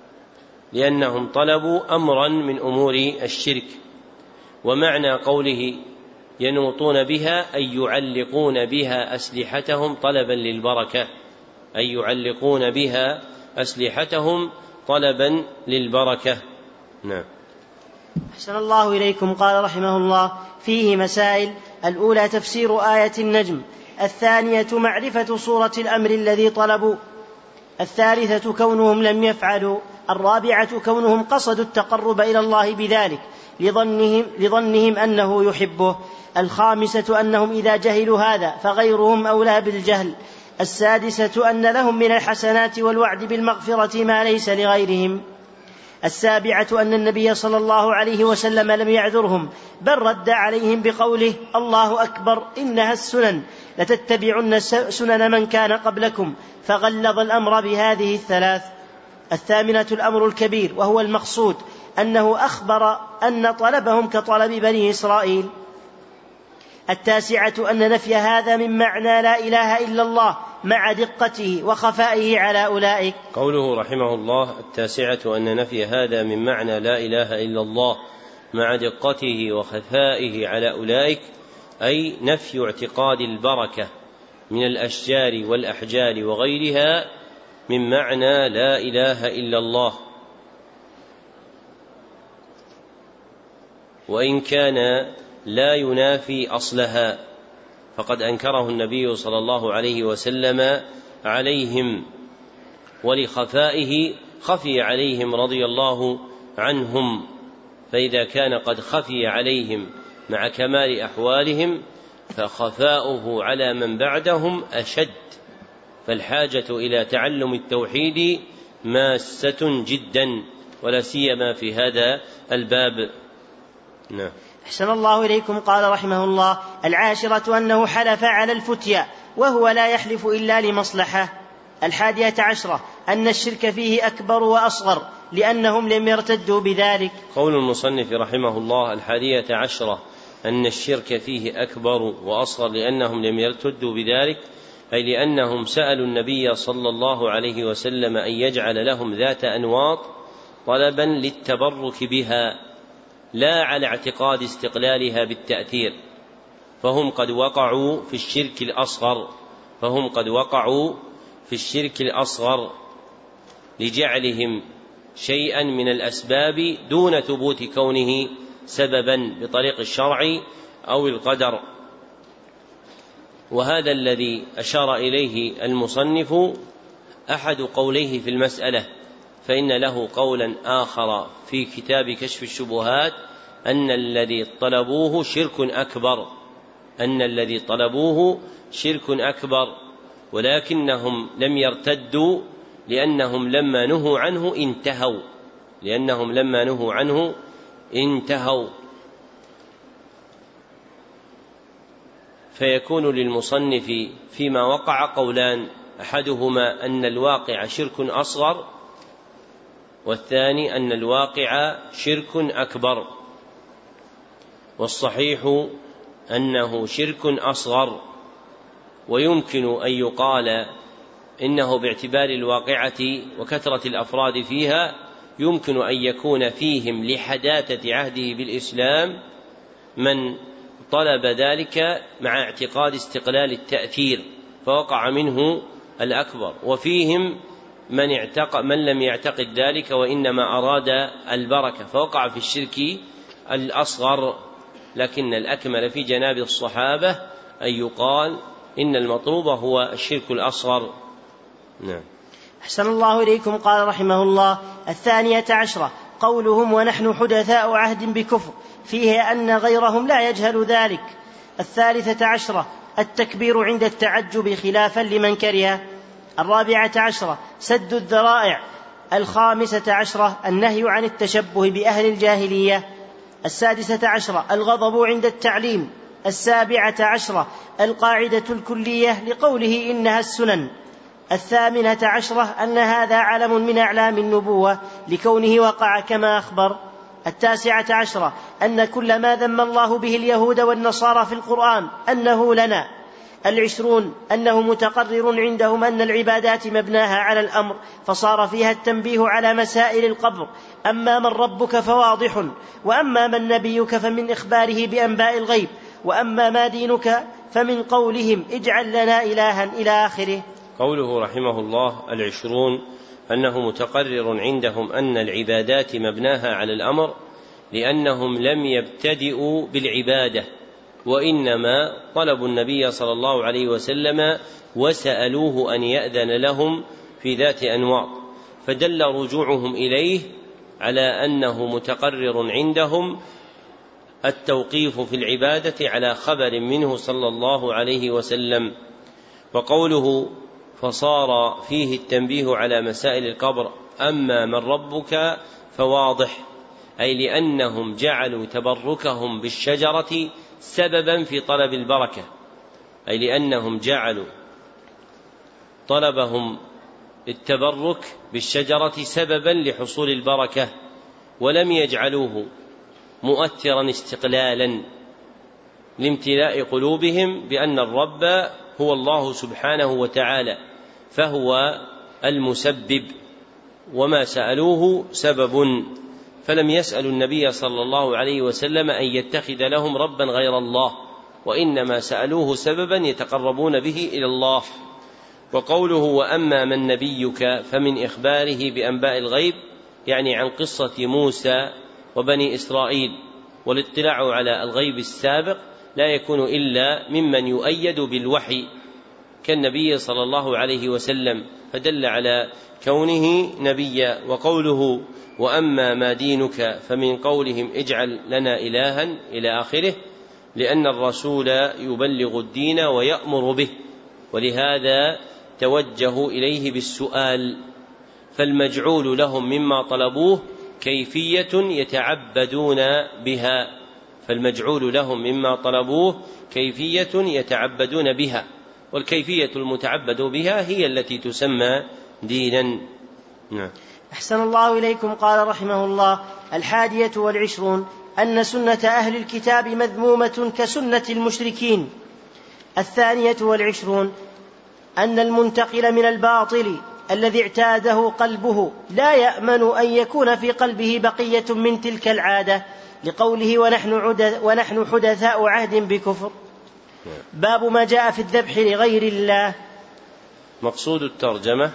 لأنهم طلبوا أمرا من أمور الشرك. ومعنى قوله ينوطون بها أي يعلقون بها أسلحتهم طلبا للبركة، أي يعلقون بها أسلحتهم طلبا للبركة. نعم. أحسن الله إليكم. قال رحمه الله فيه مسائل: الأولى تفسير آية النجم، الثانية معرفة صورة الأمر الذي طلبوا، الثالثة كونهم لم يفعلوا، الرابعة كونهم قصدوا التقرب إلى الله بذلك لظنهم, لظنهم أنه يحبه، الخامسة أنهم إذا جهلوا هذا فغيرهم أولى بالجهل، السادسة أن لهم من الحسنات والوعد بالمغفرة ما ليس لغيرهم، السابعة أن النبي صلى الله عليه وسلم لم يعذرهم بل رد عليهم بقوله الله أكبر إنها السنن لتتبعن سنن من كان قبلكم، فغلظ الأمر بهذه الثلاث. الثامنة الأمر الكبير وهو المقصود، أنه أخبر أن طلبهم كطلب بني إسرائيل. التاسعة أن نفي هذا من معنى لا إله إلا الله مع دقته وخفائه على أولئك. قوله رحمه الله التاسعة أن نفي هذا من معنى لا إله إلا الله مع دقته وخفائه على أولئك، أي نفي اعتقاد البركة من الأشجار والأحجار وغيرها من معنى لا إله إلا الله. وإن كان لا ينافي أصلها فقد أنكره النبي صلى الله عليه وسلم عليهم، ولخفائه خفي عليهم رضي الله عنهم، فإذا كان قد خفي عليهم مع كمال أحوالهم فخفاؤه على من بعدهم أشد، فالحاجة إلى تعلم التوحيد ماسة جدا ولا سيما في هذا الباب. نعم. أحسن الله إليكم. قال رحمه الله العاشرة أنه حلف على الفتيا وهو لا يحلف إلا لمصلحة. الحادية عشرة أن الشرك فيه أكبر وأصغر لأنهم لم يرتدوا بذلك. قول المصنف رحمه الله الحادية عشرة أن الشرك فيه أكبر وأصغر لأنهم لم يرتدوا بذلك، أي لأنهم سألوا النبي صلى الله عليه وسلم أن يجعل لهم ذات أنواط طلبا للتبرك بها لا على اعتقاد استقلالها بالتأثير، فهم قد وقعوا في الشرك الأصغر فهم قد وقعوا في الشرك الأصغر لجعلهم شيئا من الأسباب دون ثبوت كونه سببا بطريق الشرع أو القدر. وهذا الذي أشار إليه المصنف أحد قوليه في المسألة، فإن له قولا آخر في كتاب كشف الشبهات أن الذي طلبوه شرك أكبر أن الذي طلبوه شرك أكبر ولكنهم لم يرتدوا لأنهم لما نهوا عنه انتهوا لأنهم لما نهوا عنه انتهوا فيكون للمصنف فيما وقع قولان، أحدهما أن الواقع شرك أصغر، والثاني أن الواقع شرك أكبر، والصحيح أنه شرك أصغر. ويمكن أن يقال إنه باعتبار الواقعة وكثرة الأفراد فيها يمكن أن يكون فيهم لحداثة عهده بالإسلام من طلب ذلك مع اعتقاد استقلال التأثير فوقع منه الأكبر، وفيهم من, اعتقد من لم يعتقد ذلك وإنما أراد البركة فوقع في الشرك الأصغر. لكن الأكمل في جناب الصحابة أن يقال إن المطلوب هو الشرك الأصغر. نعم. أحسن الله إليكم. قال رحمه الله: الثانية عشرة قولهم ونحن حدثاء عهد بكفر، فيه أن غيرهم لا يجهل ذلك. الثالثة عشرة التكبير عند التعجب خلافا لمن كره. الرابعة عشرة سد الذرائع. الخامسة عشرة النهي عن التشبه بأهل الجاهلية. السادسة عشرة الغضب عند التعليم. السابعة عشرة القاعدة الكلية لقوله إنها السنن. الثامنة عشرة أن هذا علم من أعلام النبوة لكونه وقع كما أخبر. التاسعة عشرة أن كل ما ذم الله به اليهود والنصارى في القرآن أنه لنا. العشرون أنه متقرر عندهم أن العبادات مبناها على الأمر، فصار فيها التنبيه على مسائل القبر. أما من ربك فواضح، وأما من نبيك فمن إخباره بأنباء الغيب، وأما ما دينك فمن قولهم اجعل لنا إلها إلى آخره. قوله رحمه الله العشرون أنه متقرر عندهم أن العبادات مبناها على الأمر، لأنهم لم يبتدئوا بالعبادة وإنما طلبوا النبي صلى الله عليه وسلم وسألوه أن يأذن لهم في ذات أنواط، فدل رجوعهم إليه على أنه متقرر عندهم التوقيف في العبادة على خبر منه صلى الله عليه وسلم. وقوله فصار فيه التنبيه على مسائل القبر أما من ربك فواضح، أي لأنهم جعلوا تبركهم بالشجرة سببا في طلب البركة، أي لأنهم جعلوا طلبهم التبرك بالشجرة سببا لحصول البركة، ولم يجعلوه مؤثرا استقلالا لامتلاء قلوبهم بأن الرب هو الله سبحانه وتعالى، فهو المسبب وما سألوه سبب. فلم يسألوا النبي صلى الله عليه وسلم أن يتخذ لهم ربا غير الله، وإنما سألوه سببا يتقربون به إلى الله. وقوله وأما من نبيك فمن إخباره بأنباء الغيب، يعني عن قصة موسى وبني إسرائيل، والاطلاع على الغيب السابق لا يكون إلا ممن يؤيد بالوحي كالنبي صلى الله عليه وسلم، فدل على كونه نبيا. وقوله وأما ما دينك فمن قولهم اجعل لنا إلها إلى آخره، لأن الرسول يبلغ الدين ويأمر به، ولهذا توجهوا إليه بالسؤال، فالمجعول لهم مما طلبوه كيفية يتعبدون بها فالمجعول لهم مما طلبوه كيفية يتعبدون بها، والكيفية المتعبد بها هي التي تسمى دينا. نعم. أحسن الله إليكم. قال رحمه الله الحادية والعشرون أن سنة أهل الكتاب مذمومة كسنة المشركين. الثانية والعشرون أن المنتقل من الباطل الذي اعتاده قلبه لا يأمن أن يكون في قلبه بقية من تلك العادة، لقوله ونحن حدثاء عهد بكفر. باب ما جاء في الذبح لغير الله. مقصود الترجمة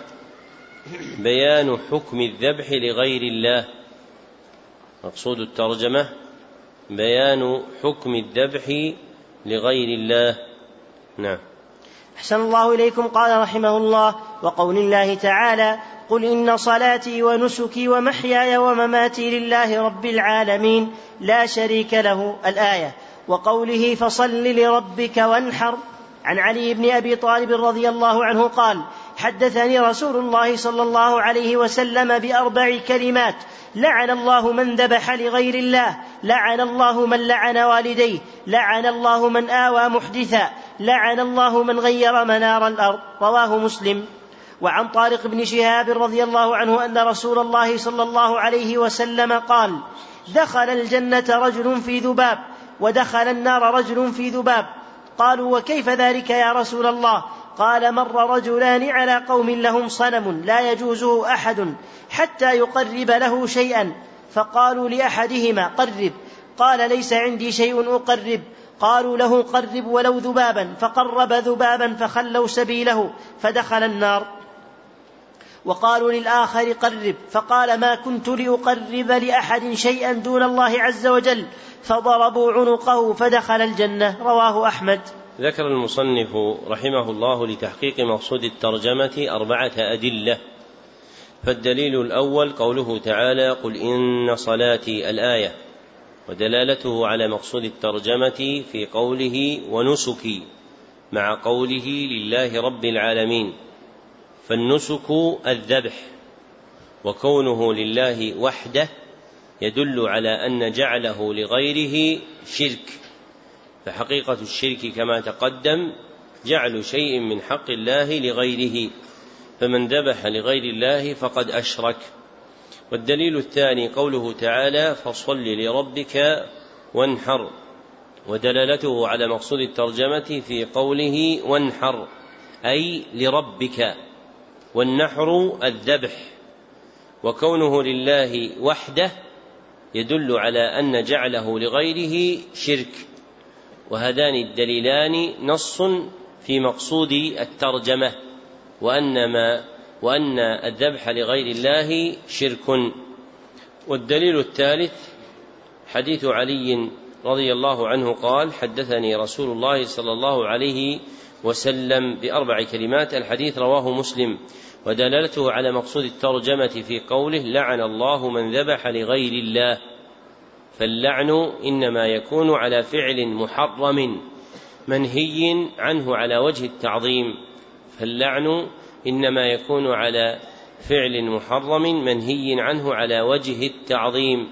بيان حكم الذبح لغير الله. مقصود الترجمة بيان حكم الذبح لغير الله. نعم. أحسن الله إليكم. قال رحمه الله وقول الله تعالى قل إن صلاتي ونسكي ومحياي ومماتي لله رب العالمين لا شريك له، الآية. وقوله فصل لربك وانحر. عن علي بن أبي طالب رضي الله عنه قال حدثني رسول الله صلى الله عليه وسلم بأربع كلمات: لعن الله من ذبح لغير الله، لعن الله من لعن والديه، لعن الله من آوى محدثا، لعن الله من غير منار الأرض. رواه مسلم. وعن طارق بن شهاب رضي الله عنه أن رسول الله صلى الله عليه وسلم قال: دخل الجنة رجل في ذباب، ودخل النار رجل في ذباب. قالوا: وكيف ذلك يا رسول الله؟ قال: مر رجلان على قوم لهم صنم لا يجوزه أحد حتى يقرب له شيئا، فقالوا لأحدهما: قرب. قال: ليس عندي شيء أقرب. قالوا له: قرب ولو ذبابا، فقرب ذبابا فخلوا سبيله فدخل النار. وقالوا للآخر: قرب. فقال: ما كنت لأقرب لأحد شيئا دون الله عز وجل، فضربوا عنقه فدخل الجنة. رواه أحمد. ذكر المصنف رحمه الله لتحقيق مقصود الترجمة أربعة أدلة. فالدليل الأول قوله تعالى: قل إن صلاتي، الآية، ودلالته على مقصود الترجمة في قوله ونسكي مع قوله لله رب العالمين. فالنسك الذبح، وكونه لله وحده يدل على أن جعله لغيره شرك، فحقيقة الشرك كما تقدم جعل شيء من حق الله لغيره، فمن ذبح لغير الله فقد أشرك. والدليل الثاني قوله تعالى: فصل لربك وانحر، ودلالته على مقصود الترجمة في قوله وانحر أي لربك، والنحر الذبح، وكونه لله وحده يدل على أن جعله لغيره شرك. وهذان الدليلان نص في مقصود الترجمة، وأن ما وأن الذبح لغير الله شرك. والدليل الثالث حديث علي رضي الله عنه قال: حدثني رسول الله صلى الله عليه وسلم بأربع كلمات. الحديث رواه مسلم. ودلالته على مقصود الترجمة في قوله: لعن الله من ذبح لغير الله. فاللعن إنما يكون على فعل محرم منهي عنه على وجه التعظيم فاللعن إنما يكون على فعل محرم منهي عنه على وجه التعظيم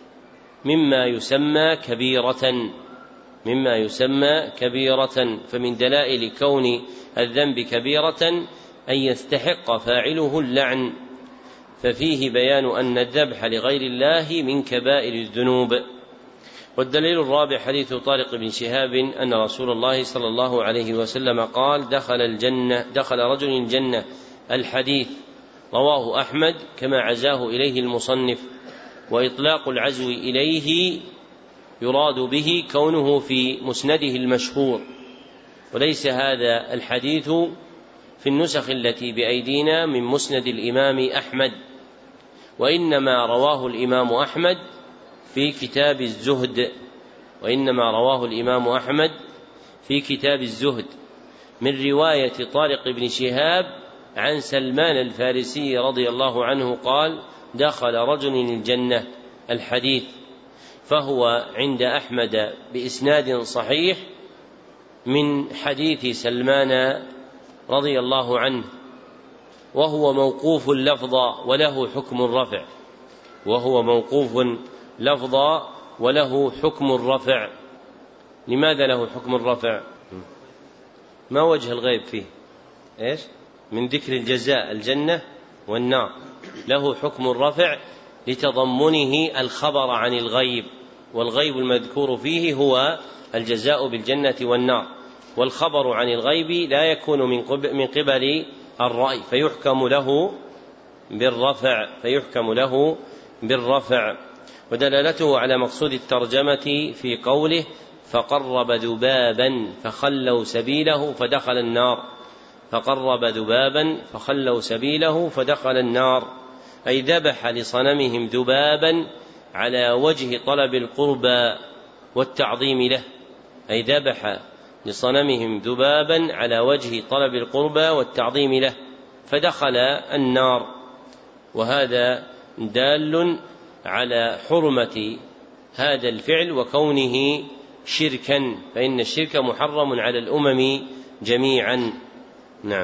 مما يسمى كبيرة مما يسمى كبيرة. فمن دلائل كون الذنب كبيرة أن يستحق فاعله اللعن، ففيه بيان أن الذبح لغير الله من كبائر الذنوب. والدليل الرابع حديث طارق بن شهاب أن رسول الله صلى الله عليه وسلم قال: دخل الجنة دخل رجل الجنة، الحديث. رواه أحمد كما عزاه إليه المصنف. وإطلاق العزو إليه يراد به كونه في مسنده المشهور، وليس هذا الحديث في النسخ التي بأيدينا من مسند الإمام أحمد، وإنما رواه الإمام أحمد في كتاب الزهد وإنما رواه الإمام أحمد في كتاب الزهد من رواية طارق بن شهاب عن سلمان الفارسي رضي الله عنه قال: دخل رجل الجنة، الحديث. فهو عند أحمد بإسناد صحيح من حديث سلمان رضي الله عنه، وهو موقوف لفظا وله حكم الرفع وهو موقوف لفظا وله حكم الرفع. لماذا له حكم الرفع؟ ما وجه الغيب فيه؟ إيش؟ من ذكر الجزاء الجنة والنار. له حكم الرفع لتضمنه الخبر عن الغيب، والغيب المذكور فيه هو الجزاء بالجنة والنار، والخبر عن الغيب لا يكون من قبل الرأي فيحكم له بالرفع فيحكم له بالرفع. ودلالته على مقصود الترجمة في قوله: فقرب ذبابا فخلوا سبيله فدخل النار فقرب ذبابا فخلوا سبيله فدخل النار، أي ذبح لصنمهم ذبابا على وجه طلب القربى والتعظيم له أي ذبح لصنمهم ذبابا على وجه طلب القربى والتعظيم له فدخل النار. وهذا دال على حرمة هذا الفعل وكونه شركا، فإن الشرك محرم على الأمم جميعا. نعم.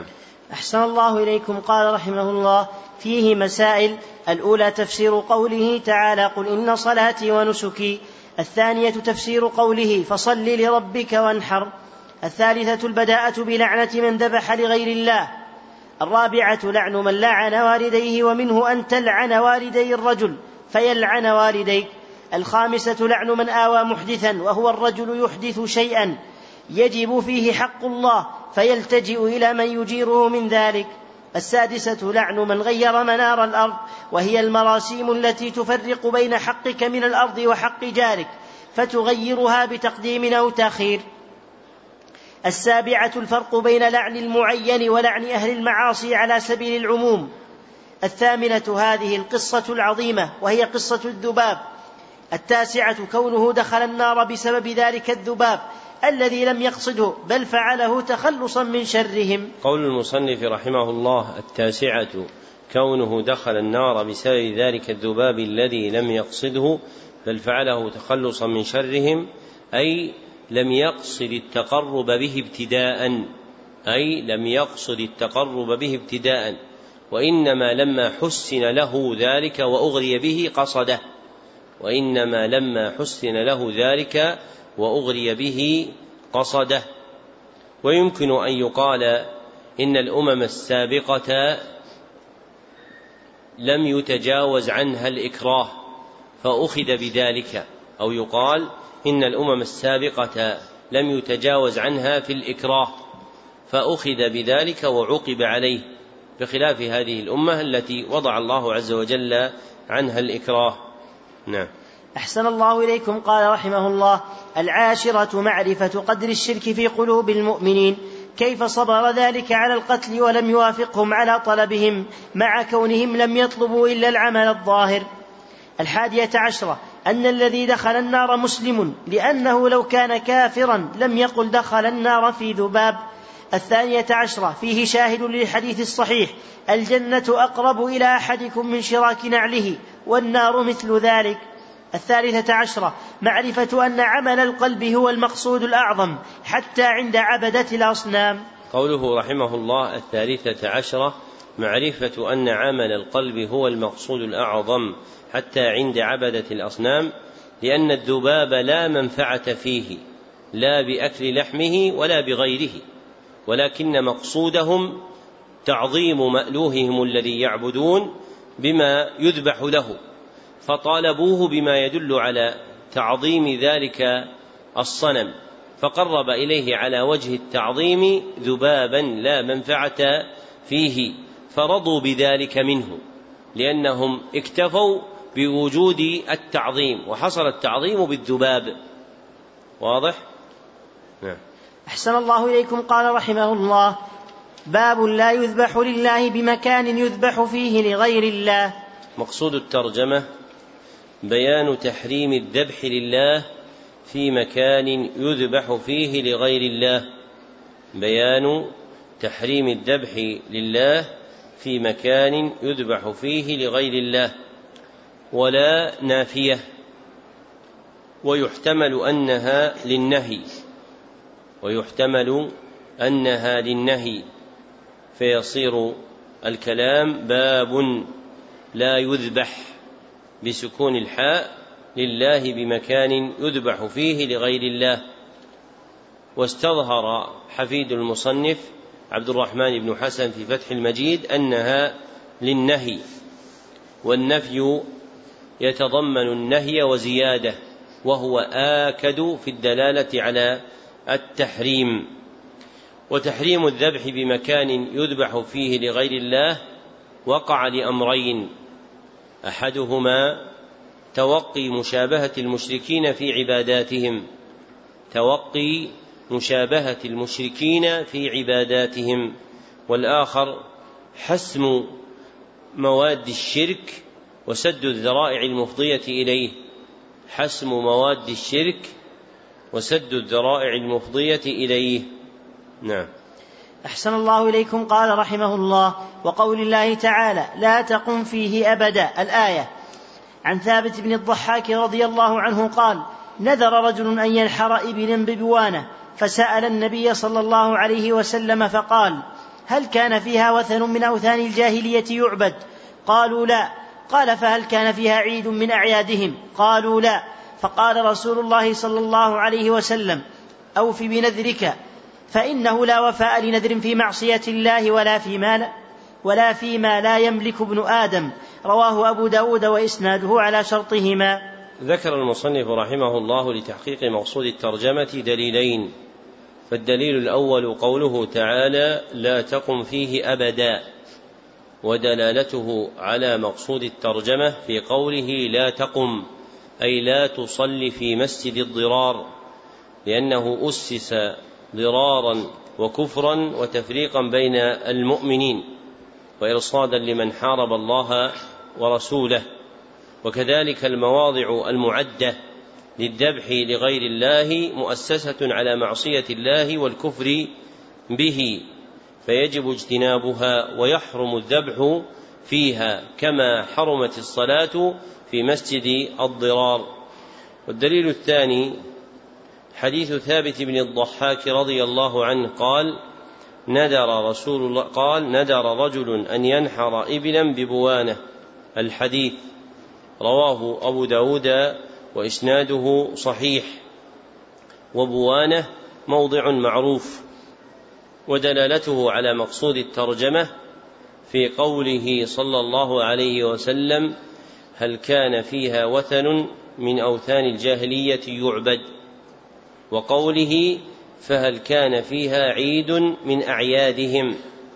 أحسن الله إليكم. قال رحمه الله: فيه مسائل. الأولى تفسير قوله تعالى: قل إن صلاتي ونسكي. الثانية تفسير قوله: فصل لربك وانحر. الثالثة البداءة بلعنة من ذبح لغير الله. الرابعة لعن من لعن والديه، ومنه أن تلعن والدي الرجل فيلعن والديك. الخامسة لعن من آوى محدثا، وهو الرجل يحدث شيئا يجب فيه حق الله فيلتجئ إلى من يجيره من ذلك. السادسة لعن من غير منار الأرض، وهي المراسيم التي تفرق بين حقك من الأرض وحق جارك فتغيرها بتقديم أو تأخير. السابعة الفرق بين لعن المعين ولعن أهل المعاصي على سبيل العموم. الثامنة هذه القصة العظيمة، وهي قصة الذباب. التاسعة كونه دخل النار بسبب ذلك الذباب الذي لم يقصده، بل فعله تخلصا من شرهم. قول المصنف رحمه الله: التاسعة كونه دخل النار بسبب ذلك الذباب الذي لم يقصده، بل فعله تخلصا من شرهم، أي لم يقصد التقرب به ابتداء أي لم يقصد التقرب به ابتداء وإنما لما حسن له ذلك وأغري به قصده وإنما لما حسن له ذلك وأغري به قصده. ويمكن أن يقال إن الأمم السابقة لم يتجاوز عنها الإكراه فأخذ بذلك، أو يقال إن الأمم السابقة لم يتجاوز عنها في الإكراه فأخذ بذلك وعوقب عليه، بخلاف هذه الأمة التي وضع الله عز وجل عنها الإكراه. نعم. أحسن الله إليكم. قال رحمه الله: العاشرة معرفة قدر الشرك في قلوب المؤمنين، كيف صبر ذلك على القتل ولم يوافقهم على طلبهم مع كونهم لم يطلبوا إلا العمل الظاهر. الحادية عشرة أن الذي دخل النار مسلم، لأنه لو كان كافرا لم يقل دخل النار في ذباب. الثانية عشرة فيه شاهد للحديث الصحيح: الجنة أقرب إلى أحدكم من شراك نعله، والنار مثل ذلك. الثالثة عشرة معرفة أن عمل القلب هو المقصود الأعظم حتى عند عبدة الأصنام. قوله رحمه الله: الثالثة عشرة معرفة أن عمل القلب هو المقصود الأعظم حتى عند عبدة الأصنام، لأن الذباب لا منفعة فيه لا بأكل لحمه ولا بغيره، ولكن مقصودهم تعظيم مألوههم الذي يعبدون بما يذبح له، فطالبوه بما يدل على تعظيم ذلك الصنم، فقرب إليه على وجه التعظيم ذبابا لا منفعة فيه، فرضوا بذلك منه لأنهم اكتفوا بوجود التعظيم، وحصل التعظيم بالذباب. واضح؟ نعم. أحسن الله إليكم. قال رحمه الله: باب لا يذبح لله بمكان يذبح فيه لغير الله. مقصود الترجمة بيان تحريم الذبح لله في مكان يذبح فيه لغير الله. بيان تحريم الذبح لله في مكان يذبح فيه لغير الله. ولا نافية، ويحتمل أنها للنهي ويحتمل أنها للنهي فيصير الكلام باب لا يذبح بسكون الحاء لله بمكان يذبح فيه لغير الله. واستظهر حفيد المصنف عبد الرحمن بن حسن في فتح المجيد أنها للنهي، والنفي يتضمن النهي وزيادة، وهو آكد في الدلالة على التحريم. وتحريم الذبح بمكان يذبح فيه لغير الله وقع لأمرين: أحدهما توقي مشابهة المشركين في عباداتهم توقي مشابهة المشركين في عباداتهم والآخر حسم مواد الشرك وسد الذرائع المفضية إليه حسم مواد الشرك وسد الذرائع المفضية إليه. نعم. أحسن الله إليكم. قال رحمه الله: وقول الله تعالى: لا تقم فيه أبدا، الآية. عن ثابت بن الضحاك رضي الله عنه قال: نذر رجل أن ينحر إبلا ببوانة، فسأل النبي صلى الله عليه وسلم فقال: هل كان فيها وثن من أوثان الجاهلية يعبد؟ قالوا لا. قال فهل كان فيها عيد من أعيادهم؟ قالوا لا. فقال رسول الله صلى الله عليه وسلم أوف بنذرك فإنه لا وفاء لنذر في معصية الله ولا فيما لا, ولا فيما لا يملك ابن آدم. رواه أبو داود وإسناده على شرطهما. ذكر المصنف رحمه الله لتحقيق مقصود الترجمة دليلين. فالدليل الأول قوله تعالى لا تقم فيه أبدا، ودلالته على مقصود الترجمة في قوله لا تقم أي لا تصلي في مسجد الضرار، لأنه أسس ضرارا وكفرا وتفريقا بين المؤمنين وإرصادا لمن حارب الله ورسوله. وكذلك المواضع المعدة للذبح لغير الله مؤسسة على معصية الله والكفر به، فيجب اجتنابها ويحرم الذبح فيها كما حرمت الصلاة في مسجد الضرار. والدليل الثاني حديث ثابت بن الضحاك رضي الله عنه قال ندر رسول الله قال ندر رجل أن ينحر إبلا ببوانة، الحديث رواه أبو داود وإسناده صحيح. وبوانة موضع معروف. ودلالته على مقصود الترجمة في قوله صلى الله عليه وسلم هل كان فيها وثن من أوثان الجاهلية يعبد، وقوله فهل كان فيها عيد من أعيادهم.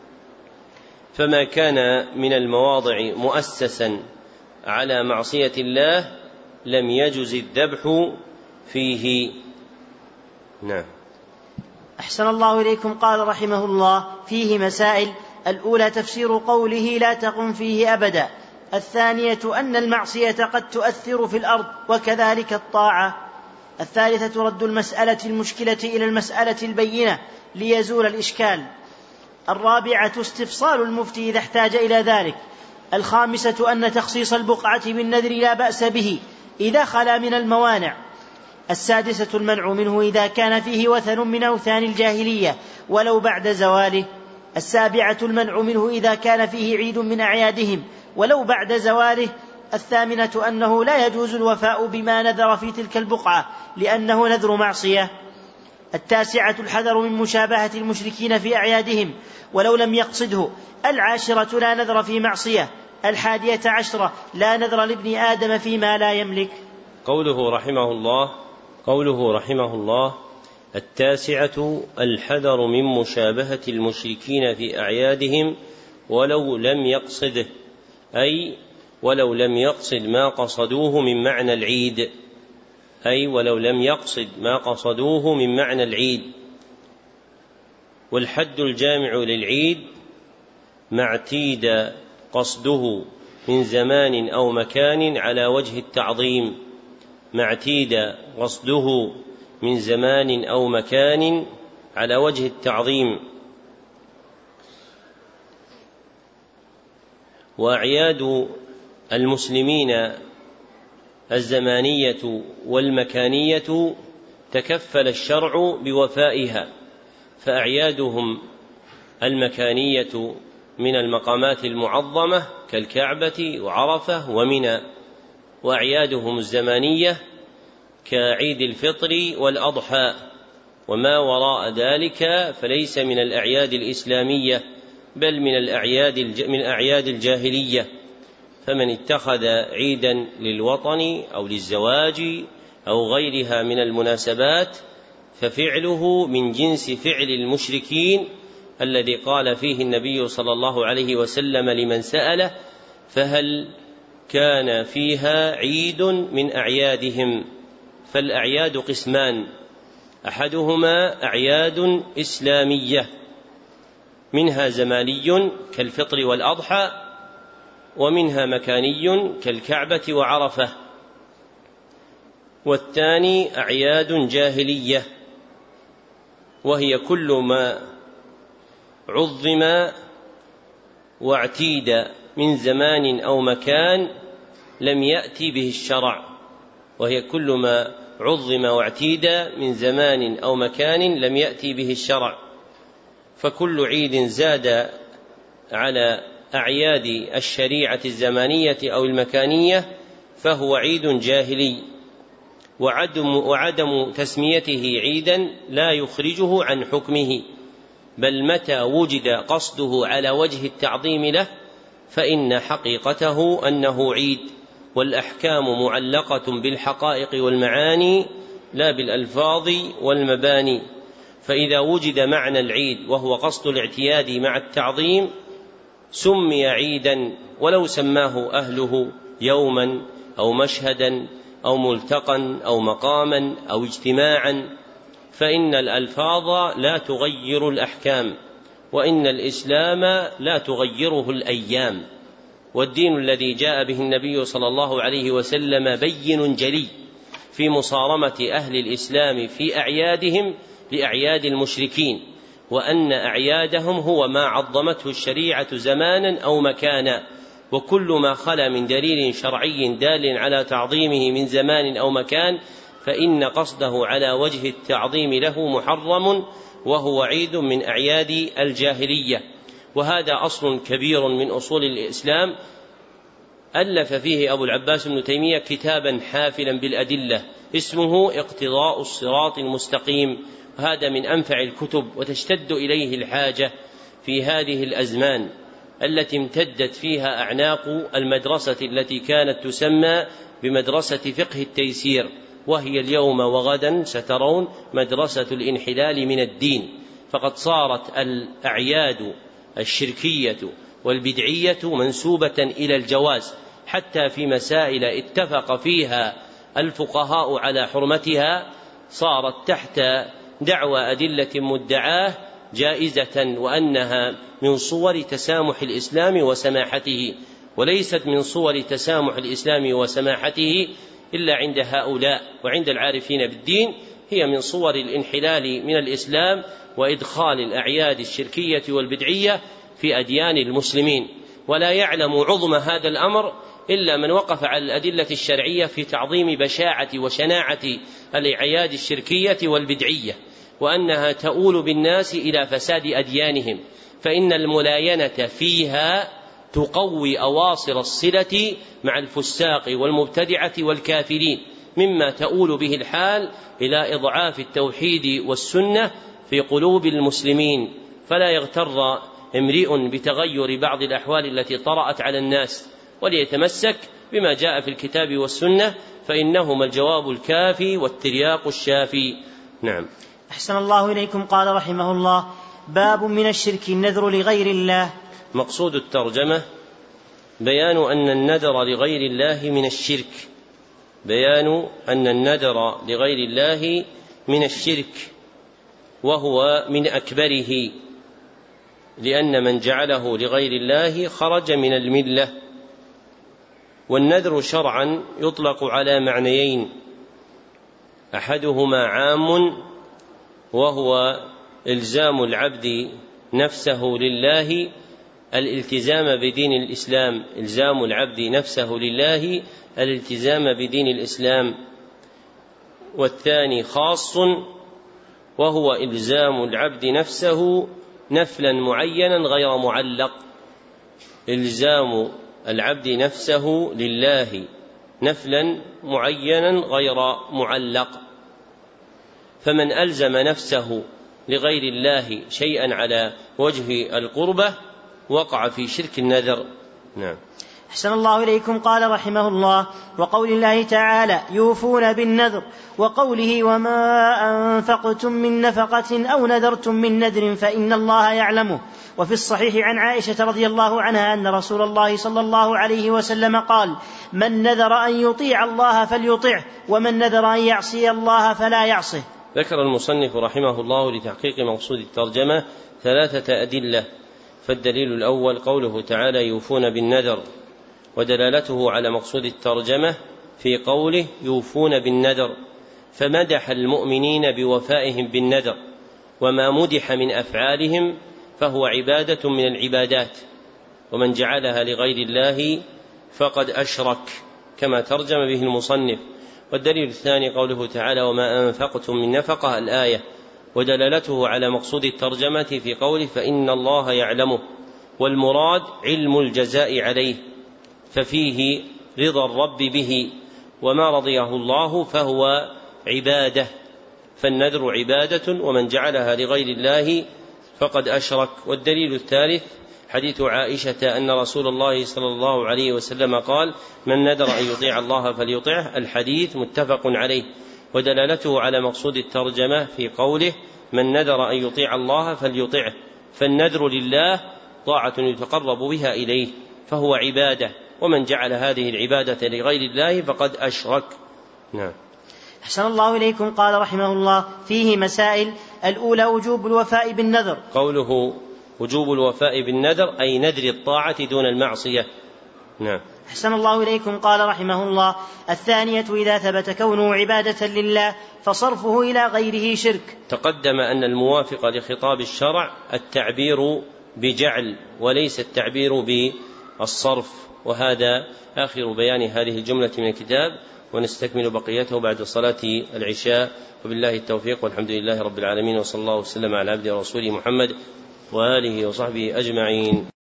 فما كان من المواضع مؤسسا على معصية الله لم يجز الذبح فيه. نعم. أحسن الله إليكم. قال رحمه الله فيه مسائل. الأولى تفسير قوله لا تقم فيه أبدا. الثانية أن المعصية قد تؤثر في الأرض وكذلك الطاعة. الثالثة رد المسألة المشكلة إلى المسألة البينة ليزول الإشكال. الرابعة استفصال المفتي إذا احتاج إلى ذلك. الخامسة أن تخصيص البقعة بالنذر لا بأس به إذا خلا من الموانع. السادسة المنع منه إذا كان فيه وثن من أوثان الجاهلية ولو بعد زواله. السابعة المنع منه إذا كان فيه عيد من أعيادهم ولو بعد زواله. الثامنة أنه لا يجوز الوفاء بما نذر في تلك البقعة لأنه نذر معصية. التاسعة الحذر من مشابهة المشركين في أعيادهم ولو لم يقصده. العاشرة لا نذر في معصية. الحادية عشرة لا نذر لابن آدم فيما لا يملك. قوله رحمه الله قوله رحمه الله التاسعة الحذر من مشابهة المشركين في أعيادهم ولو لم يقصده، أي ولو لم يقصد ما قصدوه من معنى العيد أي ولو لم يقصد ما قصدوه من معنى العيد. والحد الجامع للعيد ما اعتيد قصده من زمان أو مكان على وجه التعظيم ما اعتيد قصده من زمان أو مكان على وجه التعظيم. وأعياد المسلمين الزمانية والمكانية تكفل الشرع بوفائها، فأعيادهم المكانية من المقامات المعظمة كالكعبة وعرفة ومنى، وأعيادهم الزمانية كعيد الفطر والأضحى، وما وراء ذلك فليس من الأعياد الإسلامية بل من الأعياد من أعياد الجاهلية. فمن اتخذ عيدا للوطن أو للزواج أو غيرها من المناسبات ففعله من جنس فعل المشركين الذي قال فيه النبي صلى الله عليه وسلم لمن سأله فهل كان فيها عيد من أعيادهم. فالأعياد قسمان، أحدهما أعياد إسلامية منها زماني كالفطر والأضحى، ومنها مكاني كالكعبة وعرفة، والثاني أعياد جاهلية وهي كل ما عظم واعتيد من زمان أو مكان لم يأتي به الشرع وهي كل ما عظم واعتيد من زمان أو مكان لم يأتي به الشرع. فكل عيد زاد على أعياد الشريعة الزمانية أو المكانية فهو عيد جاهلي، وعدم, وعدم تسميته عيدا لا يخرجه عن حكمه، بل متى وجد قصده على وجه التعظيم له فإن حقيقته أنه عيد، والأحكام معلقة بالحقائق والمعاني لا بالألفاظ والمباني. فإذا وجد معنى العيد وهو قصد الاعتياد مع التعظيم سمي عيدا، ولو سماه أهله يوما أو مشهدا أو ملتقا أو مقاما أو اجتماعا، فإن الألفاظ لا تغير الأحكام، وإن الإسلام لا تغيره الأيام، والدين الذي جاء به النبي صلى الله عليه وسلم بين جلي في مصارمة أهل الإسلام في أعيادهم لأعياد المشركين، وأن أعيادهم هو ما عظمته الشريعة زمانا أو مكانا، وكل ما خلا من دليل شرعي دال على تعظيمه من زمان أو مكان فإن قصده على وجه التعظيم له محرم، وهو عيد من أعياد الجاهلية. وهذا أصل كبير من أصول الإسلام ألف فيه أبو العباس بن تيمية كتابا حافلا بالأدلة اسمه اقتضاء الصراط المستقيم، وهذا من أنفع الكتب، وتشتد إليه الحاجة في هذه الأزمان التي امتدت فيها أعناق المدرسة التي كانت تسمى بمدرسة فقه التيسير، وهي اليوم وغدا سترون مدرسة الانحلال من الدين، فقد صارت الأعياد الشركية والبدعية منسوبة إلى الجواز، حتى في مسائل اتفق فيها الفقهاء على حرمتها صارت تحت دعوى أدلة مدعاه جائزة، وأنها من صور تسامح الإسلام وسماحته، وليست من صور تسامح الإسلام وسماحته إلا عند هؤلاء، وعند العارفين بالدين هي من صور الانحلال من الإسلام وإدخال الأعياد الشركية والبدعية في أديان المسلمين. ولا يعلم عظم هذا الأمر إلا من وقف على الأدلة الشرعية في تعظيم بشاعة وشناعة الأعياد الشركية والبدعية، وأنها تؤول بالناس إلى فساد أديانهم، فإن الملاينة فيها تقوي أواصر الصلة مع الفساق والمبتدعة والكافرين، مما تؤول به الحال إلى إضعاف التوحيد والسنة في قلوب المسلمين. فلا يغتر امرئ بتغير بعض الأحوال التي طرأت على الناس، وليتمسك بما جاء في الكتاب والسنة، فإنهما الجواب الكافي والترياق الشافي. نعم. أحسن الله إليكم. قال رحمه الله: باب من الشرك النذر لغير الله. مقصود الترجمة بيان أن النذر لغير الله من الشرك، بيان أن النذر لغير الله من الشرك، وهو من أكبره، لأن من جعله لغير الله خرج من الملة. والنذر شرعا يطلق على معنيين: أحدهما عام وهو إلزام العبد نفسه لله، الالتزام بدين الإسلام، إلزام العبد نفسه لله الالتزام بدين الإسلام. والثاني خاص وهو إلزام العبد نفسه نفلا معينا غير معلق، إلزام العبد نفسه لله نفلا معينا غير معلق. فمن ألزم نفسه لغير الله شيئا على وجه القربة وقع في شرك النذر. نعم. أحسن الله إليكم. قال رحمه الله: وقول الله تعالى: يوفون بالنذر، وقوله: وما أنفقتم من نفقة أو نذرتم من نذر فإن الله يعلمه. وفي الصحيح عن عائشة رضي الله عنها أن رسول الله صلى الله عليه وسلم قال: من نذر أن يطيع الله فليطعه، ومن نذر أن يعصي الله فلا يعصه. ذكر المصنف رحمه الله لتحقيق مقصود الترجمة ثلاثة أدلة. فالدليل الأول قوله تعالى: يوفون بالنذر، ودلالته على مقصود الترجمة في قوله: يوفون بالنذر، فمدح المؤمنين بوفائهم بالنذر، وما مدح من أفعالهم فهو عبادة من العبادات، ومن جعلها لغير الله فقد أشرك، كما ترجم به المصنف. والدليل الثاني قوله تعالى: وما أنفقتم من نفقة، الآية، ودلالته على مقصود الترجمة في قوله فإن الله يعلمه، والمراد علم الجزاء عليه، ففيه رضا الرب به، وما رضيه الله فهو عبادة، فالنذر عبادة، ومن جعلها لغير الله فقد أشرك. والدليل الثالث حديث عائشة أن رسول الله صلى الله عليه وسلم قال من نذر أن يطيع الله فليطعه، الحديث متفق عليه، ودلالته على مقصود الترجمة في قوله من نذر أن يطيع الله فليطعه، فالنذر لله طاعة يتقرب بها إليه فهو عبادة، ومن جعل هذه العبادة لغير الله فقد أشرك. نعم. أحسن الله إليكم. قال رحمه الله فيه مسائل. الأولى وجوب الوفاء بالنذر. قوله وجوب الوفاء بالنذر أي نذر الطاعة دون المعصية. نعم. أحسن الله إليكم. قال رحمه الله الثانية إذا ثبت كونه عبادة لله فصرفه إلى غيره شرك. تقدم أن الموافق لخطاب الشرع التعبير بجعل وليس التعبير بالصرف، وهذا آخر بيان هذه الجملة من الكتاب، ونستكمل بقيته بعد صلاة العشاء، وبالله التوفيق، والحمد لله رب العالمين، وصلى الله وسلم على عبده ورسوله محمد وآله وصحبه أجمعين.